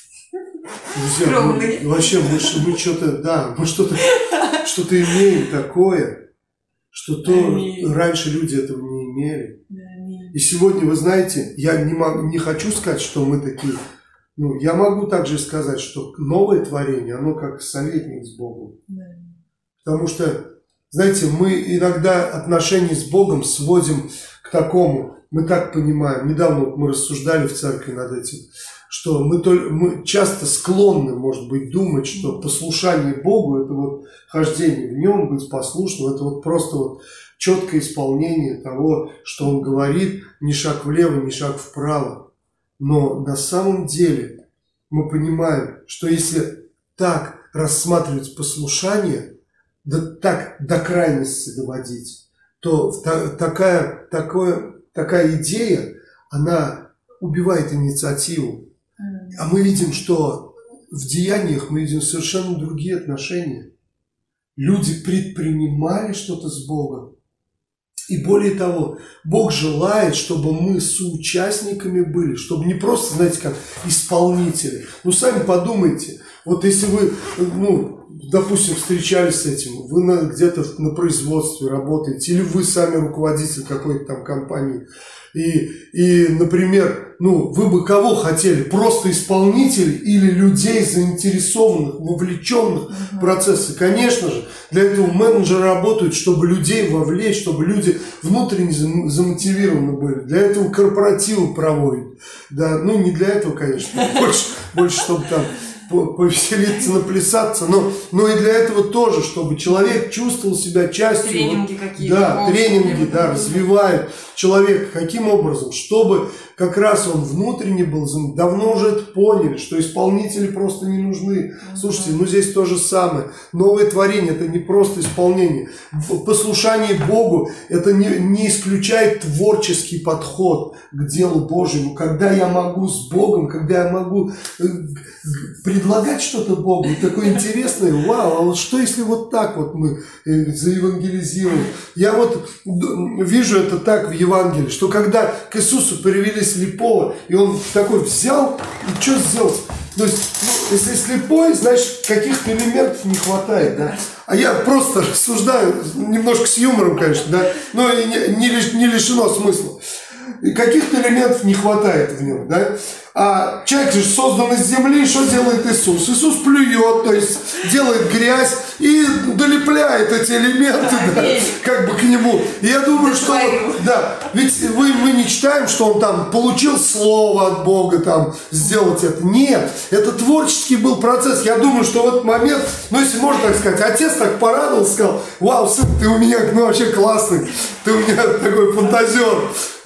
Друзья, вообще мы что-то, мы что-то имеем такое, что раньше люди этого не имели. И сегодня, вы знаете, я не хочу сказать, что мы такие. Я могу также сказать, что новое творение, оно как советник с Богом. Потому что, знаете, мы иногда отношения с Богом сводим к такому, мы так понимаем, недавно мы рассуждали в церкви над этим, что мы часто склонны, может быть, думать, что послушание Богу – это вот хождение в Нем, быть послушным, это вот просто вот четкое исполнение того, что Он говорит, ни шаг влево, ни шаг вправо. Но на самом деле мы понимаем, что если так рассматривать послушание, так до крайности доводить, то такая идея, она убивает инициативу. А мы видим, что в деяниях мы видим совершенно другие отношения. Люди предпринимали что-то с Богом. И более того, Бог желает, чтобы мы соучастниками были, чтобы не просто, знаете, как исполнители. Сами подумайте, вот если вы, допустим, встречались с этим, вы где-то на производстве работаете, или вы сами руководитель какой-то там компании, и, например, вы бы кого хотели? Просто исполнителей или людей, заинтересованных, вовлеченных в процессы? Конечно же, для этого менеджеры работают, чтобы людей вовлечь, чтобы люди внутренне замотивированы были. Для этого корпоративы проводят. Да, не для этого, конечно, больше чтобы там повеселиться, наплясаться, но и для этого тоже, чтобы человек чувствовал себя частью. Тренинги какие-то. Да, тренинги, да, развивают человека. Каким образом? Чтобы как раз он внутренне был, давно уже это поняли, что исполнители просто не нужны. Слушайте, ну здесь то же самое. Новое творение – это не просто исполнение. Послушание Богу – это не исключает творческий подход к делу Божьему. Когда я могу с Богом, когда я могу предлагать что-то Богу, такое интересное, вау, а вот что если вот так вот мы заевангелизируем? Я вот вижу это так в Евангелии, что когда к Иисусу привели слепого, и он такой взял, и что сделал? То есть, если слепой, значит, каких-то элементов не хватает, да? А я просто рассуждаю, немножко с юмором, конечно, да, но и не лишено смысла. И каких-то элементов не хватает в нем, да? А человек же создан из земли, что делает Иисус? Иисус плюет, то есть делает грязь и долепляет эти элементы, да, как бы к нему. И я думаю, что, да, ведь мы не читаем, что он там получил слово от Бога, там, сделать это. Нет, это творческий был процесс. Я думаю, что в этот момент, ну, если можно так сказать, отец так порадовался, сказал: вау, сын, ты у меня, ну, вообще классный, ты у меня такой фантазер,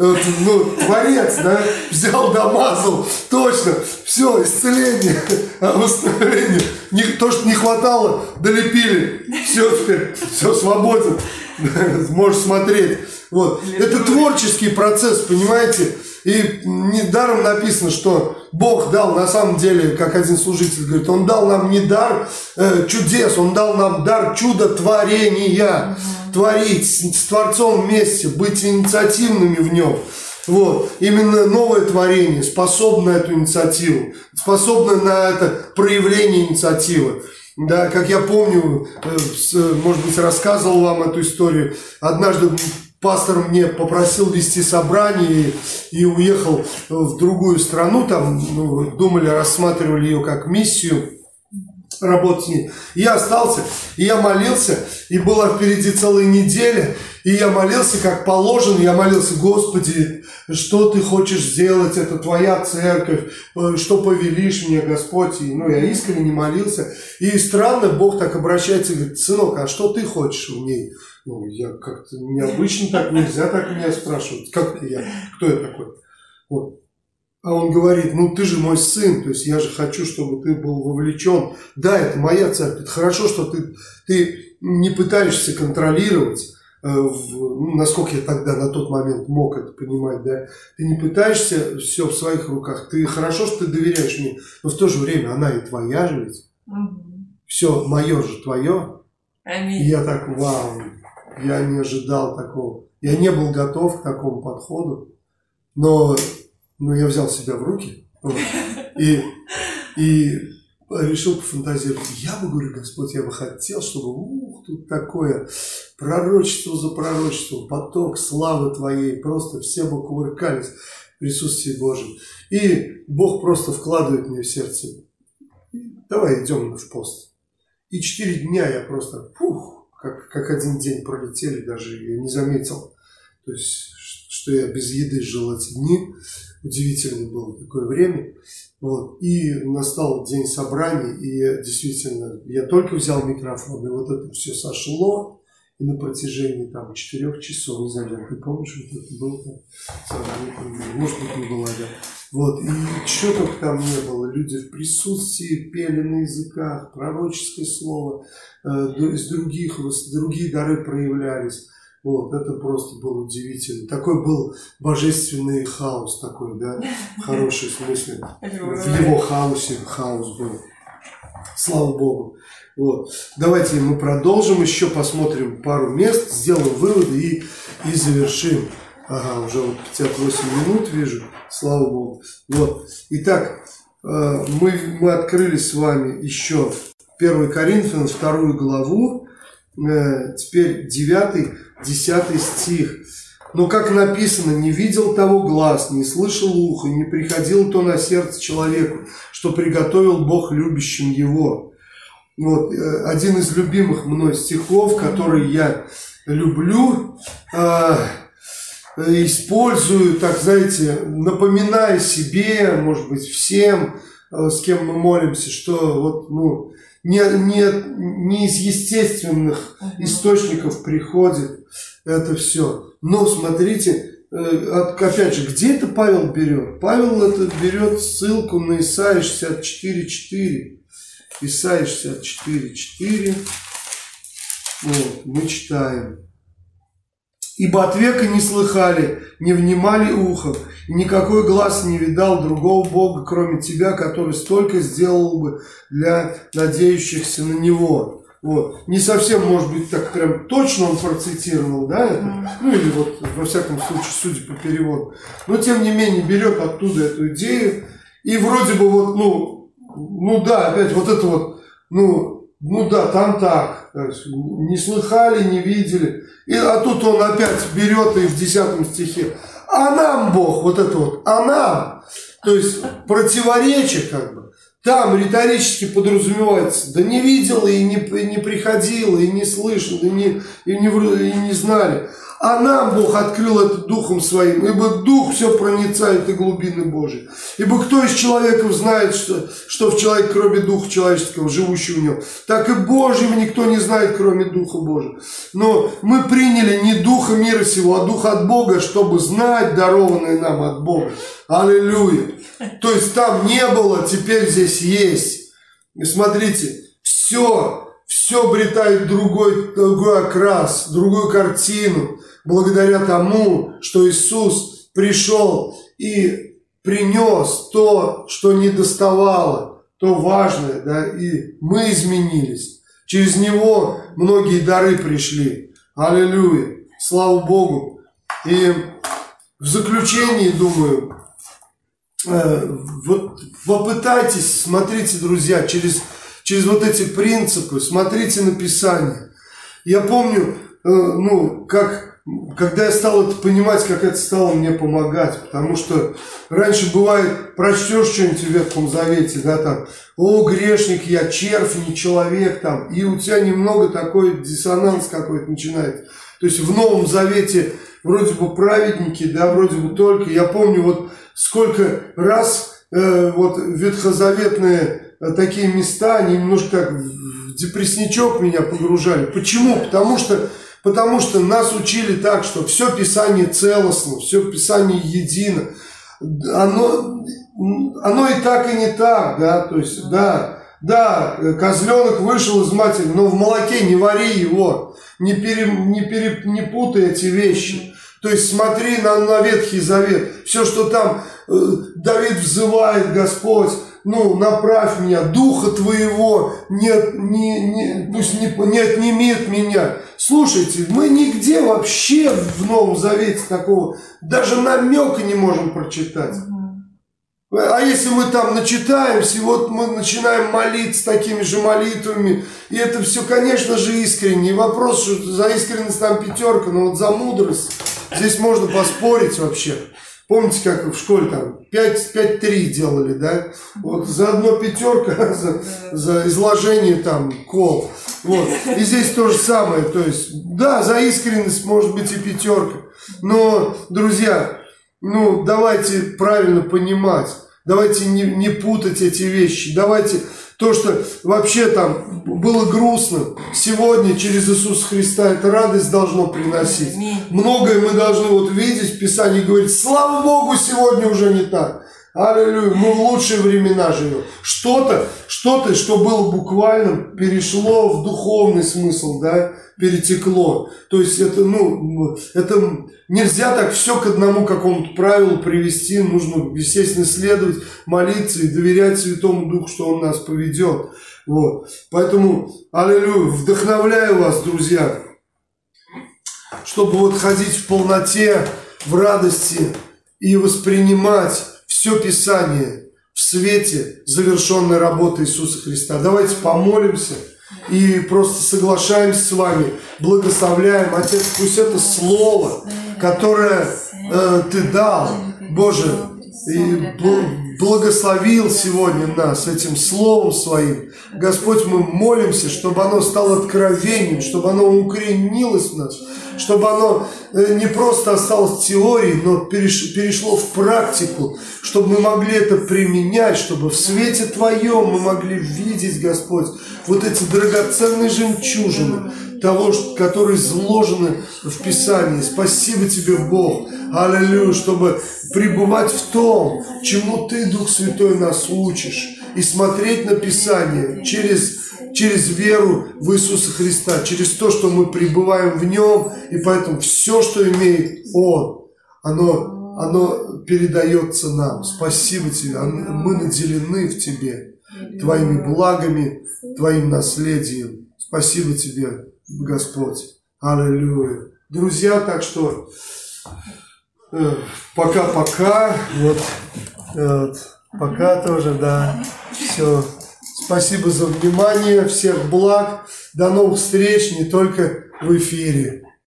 ну, творец, да, взял, домазал. Точно, все, исцеление, восстановление. То, что не хватало, долепили. Все теперь, все, свободен. Можешь смотреть. Вот. Это творческий процесс, понимаете? И недаром написано, что Бог дал, на самом деле, как один служитель говорит, Он дал нам не дар чудес, Он дал нам дар чудотворения. Творить с Творцом вместе, быть инициативными в Нем. Вот, именно новое творение способно на эту инициативу, способно на это проявление инициативы. Да, как я помню, может быть, рассказывал вам эту историю. Однажды пастор мне попросил вести собрание и уехал в другую страну. Там, ну, думали, рассматривали ее как миссию. Работать с ней. И я остался, и я молился, и была впереди целая неделя, и я молился как положено, я молился: Господи, что Ты хочешь сделать, это Твоя церковь, что повелишь мне, Господь. И, ну, я искренне молился, и странно, Бог так обращается и говорит: сынок, а что ты хочешь в ней? Ну, я как-то необычно так, нельзя так меня спрашивать, как это я, кто я такой? Вот. А он говорит: ну ты же мой сын, то есть я же хочу, чтобы ты был вовлечен. Да, это моя церковь. Это хорошо, что ты не пытаешься контролировать, насколько я тогда на тот момент мог это понимать, да. Ты не пытаешься все в своих руках. Ты хорошо, что ты доверяешь мне, но в то же время она и твоя же ведь. Все мое же твое. Аминь. И я так: вау, я не ожидал такого. Я не был готов к такому подходу, но я взял себя в руки, вот, и решил пофантазировать. Я бы, говорю: Господь, я бы хотел, чтобы тут такое пророчество за пророчеством, поток славы Твоей, просто все бы кувыркались в присутствии Божьем. И Бог просто вкладывает мне в сердце: давай идем в пост. И 4 дня я просто, как один день пролетели, даже я не заметил. То есть, что я без еды жил эти дни. Удивительно было такое время. Вот. И настал день собрания, и действительно, я только взял микрофон, и вот это все сошло, и на протяжении там 4 часов, не знаю, ты помнишь, вот это было там, может быть, не было, да. Вот, и что только там не было, люди в присутствии пели на языках, пророческое слово, другие дары проявлялись. Вот, это просто было удивительно. Такой был божественный хаос такой, да, в хорошем смысле. В его хаосе хаос был. Слава Богу. Вот. Давайте мы продолжим еще, посмотрим пару мест, сделаем выводы и завершим. Ага, уже вот 58 минут вижу. Слава Богу. Вот. Итак, мы открыли с вами еще 1 Коринфянам 2 главу. Теперь 9-10 стих. Но, как написано: не видел того глаз, не слышал ухо, не приходило то на сердце человеку, что приготовил Бог любящим его. Вот, один из любимых мной стихов, который я люблю, использую, так знаете, напоминая себе, может быть, всем, с кем мы молимся, что вот, ну, не из естественных источников приходит это все. Но смотрите, опять же, где это Павел берет? Павел это берет ссылку на Исайя 64:4. Исайя 64:4. Вот, мы читаем. «Ибо от века не слыхали, не внимали ухом, и никакой глаз не видал другого Бога, кроме Тебя, который столько сделал бы для надеющихся на Него». Вот. Не совсем, может быть, так прям точно он процитировал, да, это? Ну, или вот, во всяком случае, судя по переводу. Но, тем не менее, берет оттуда эту идею, и вроде бы вот, ну да, опять вот это вот, ну да, там так, не слыхали, не видели. А тут он опять берет и в 10 стихе: «А нам Бог», вот это вот, «а нам», то есть противоречие как бы. Там риторически подразумевается: да не видел, и не приходил, и не слышал, и не знали. А нам Бог открыл это Духом Своим, ибо Дух все проницает и глубины Божьи. Ибо кто из человеков знает, что в человеке, кроме Духа человеческого, живущего в нем, так и Божьего никто не знает, кроме Духа Божьего. Но мы приняли не Духа мира сего, а Дух от Бога, чтобы знать дарованное нам от Бога. Аллилуйя! То есть там не было, теперь здесь есть. И смотрите, все обретает другой окрас, другую картину, благодаря тому, что Иисус пришел и принес то, что недоставало, то важное, да, и мы изменились. Через Него многие дары пришли. Аллилуйя! Слава Богу! И в заключении, думаю, вот попытайтесь, смотрите, друзья, через вот эти принципы, смотрите на Писание. Я помню, когда я стал это понимать, как это стало мне помогать. Потому что раньше бывает, прочтешь что-нибудь в Ветхом Завете, да, там: «О, грешник я, червь, не человек», там, и у тебя немного такой диссонанс какой-то начинается. То есть в Новом Завете вроде бы праведники, да, вроде бы только. Я помню, вот сколько раз вот ветхозаветные такие места, они немножко так в депрессничок меня погружали. Почему? Потому что нас учили так, что все Писание целостно, все Писание едино. Оно и так, и не так, да, то есть, да, козленок вышел из матери, но в молоке не вари его, не путай эти вещи. То есть смотри на Ветхий Завет, все, что там Давид взывает: «Господь, направь меня, Духа Твоего пусть не отнимет меня». Слушайте, мы нигде вообще в Новом Завете такого, даже намека не можем прочитать. А если мы там начитаемся, вот мы начинаем молиться такими же молитвами, и это все, конечно же, искренне. И вопрос, что за искренность там 5, но вот за мудрость здесь можно поспорить вообще. Помните, как в школе там 5-3 делали, да? Вот за одно 5, за изложение там кол. Вот. И здесь то же самое. То есть, да, за искренность может быть и 5. Но, друзья, давайте правильно понимать. Давайте не путать эти вещи. Давайте то, что вообще там было грустно, сегодня через Иисуса Христа это радость должно приносить. Многое мы должны вот видеть в Писании и говорить: слава Богу, сегодня уже не так. Аллилуйя, мы в лучшие времена живем. Что-то, что было буквально, перешло в духовный смысл, да, перетекло. То есть это нельзя так все к одному какому-то правилу привести. Нужно, естественно, следовать, молиться и доверять Святому Духу, что Он нас поведет. Вот. Поэтому, аллилуйя, вдохновляю вас, друзья, чтобы вот ходить в полноте, в радости и воспринимать все Писание в свете завершенной работы Иисуса Христа. Давайте помолимся и просто соглашаемся с вами, благословляем. Отец, пусть это слово, которое Ты дал, Боже, и благословил сегодня нас этим словом Своим. Господь, мы молимся, чтобы оно стало откровением, чтобы оно укоренилось в нас, чтобы оно не просто осталось в теории, но перешло в практику, чтобы мы могли это применять, чтобы в свете Твоем мы могли видеть, Господь, вот эти драгоценные жемчужины того, которые изложены в Писании. Спасибо Тебе, Бог, аллилуйя, чтобы пребывать в том, чему Ты, Дух Святой, нас учишь, и смотреть на Писание через веру в Иисуса Христа, через то, что мы пребываем в Нем, и поэтому все, что имеет Он, оно передается нам. Спасибо Тебе, мы наделены в Тебе, Твоими благами, Твоим наследием. Спасибо Тебе, Господь. Аллилуйя. Друзья, так что пока-пока. Пока тоже, да. Все. Спасибо за внимание. Всех благ. До новых встреч не только в эфире.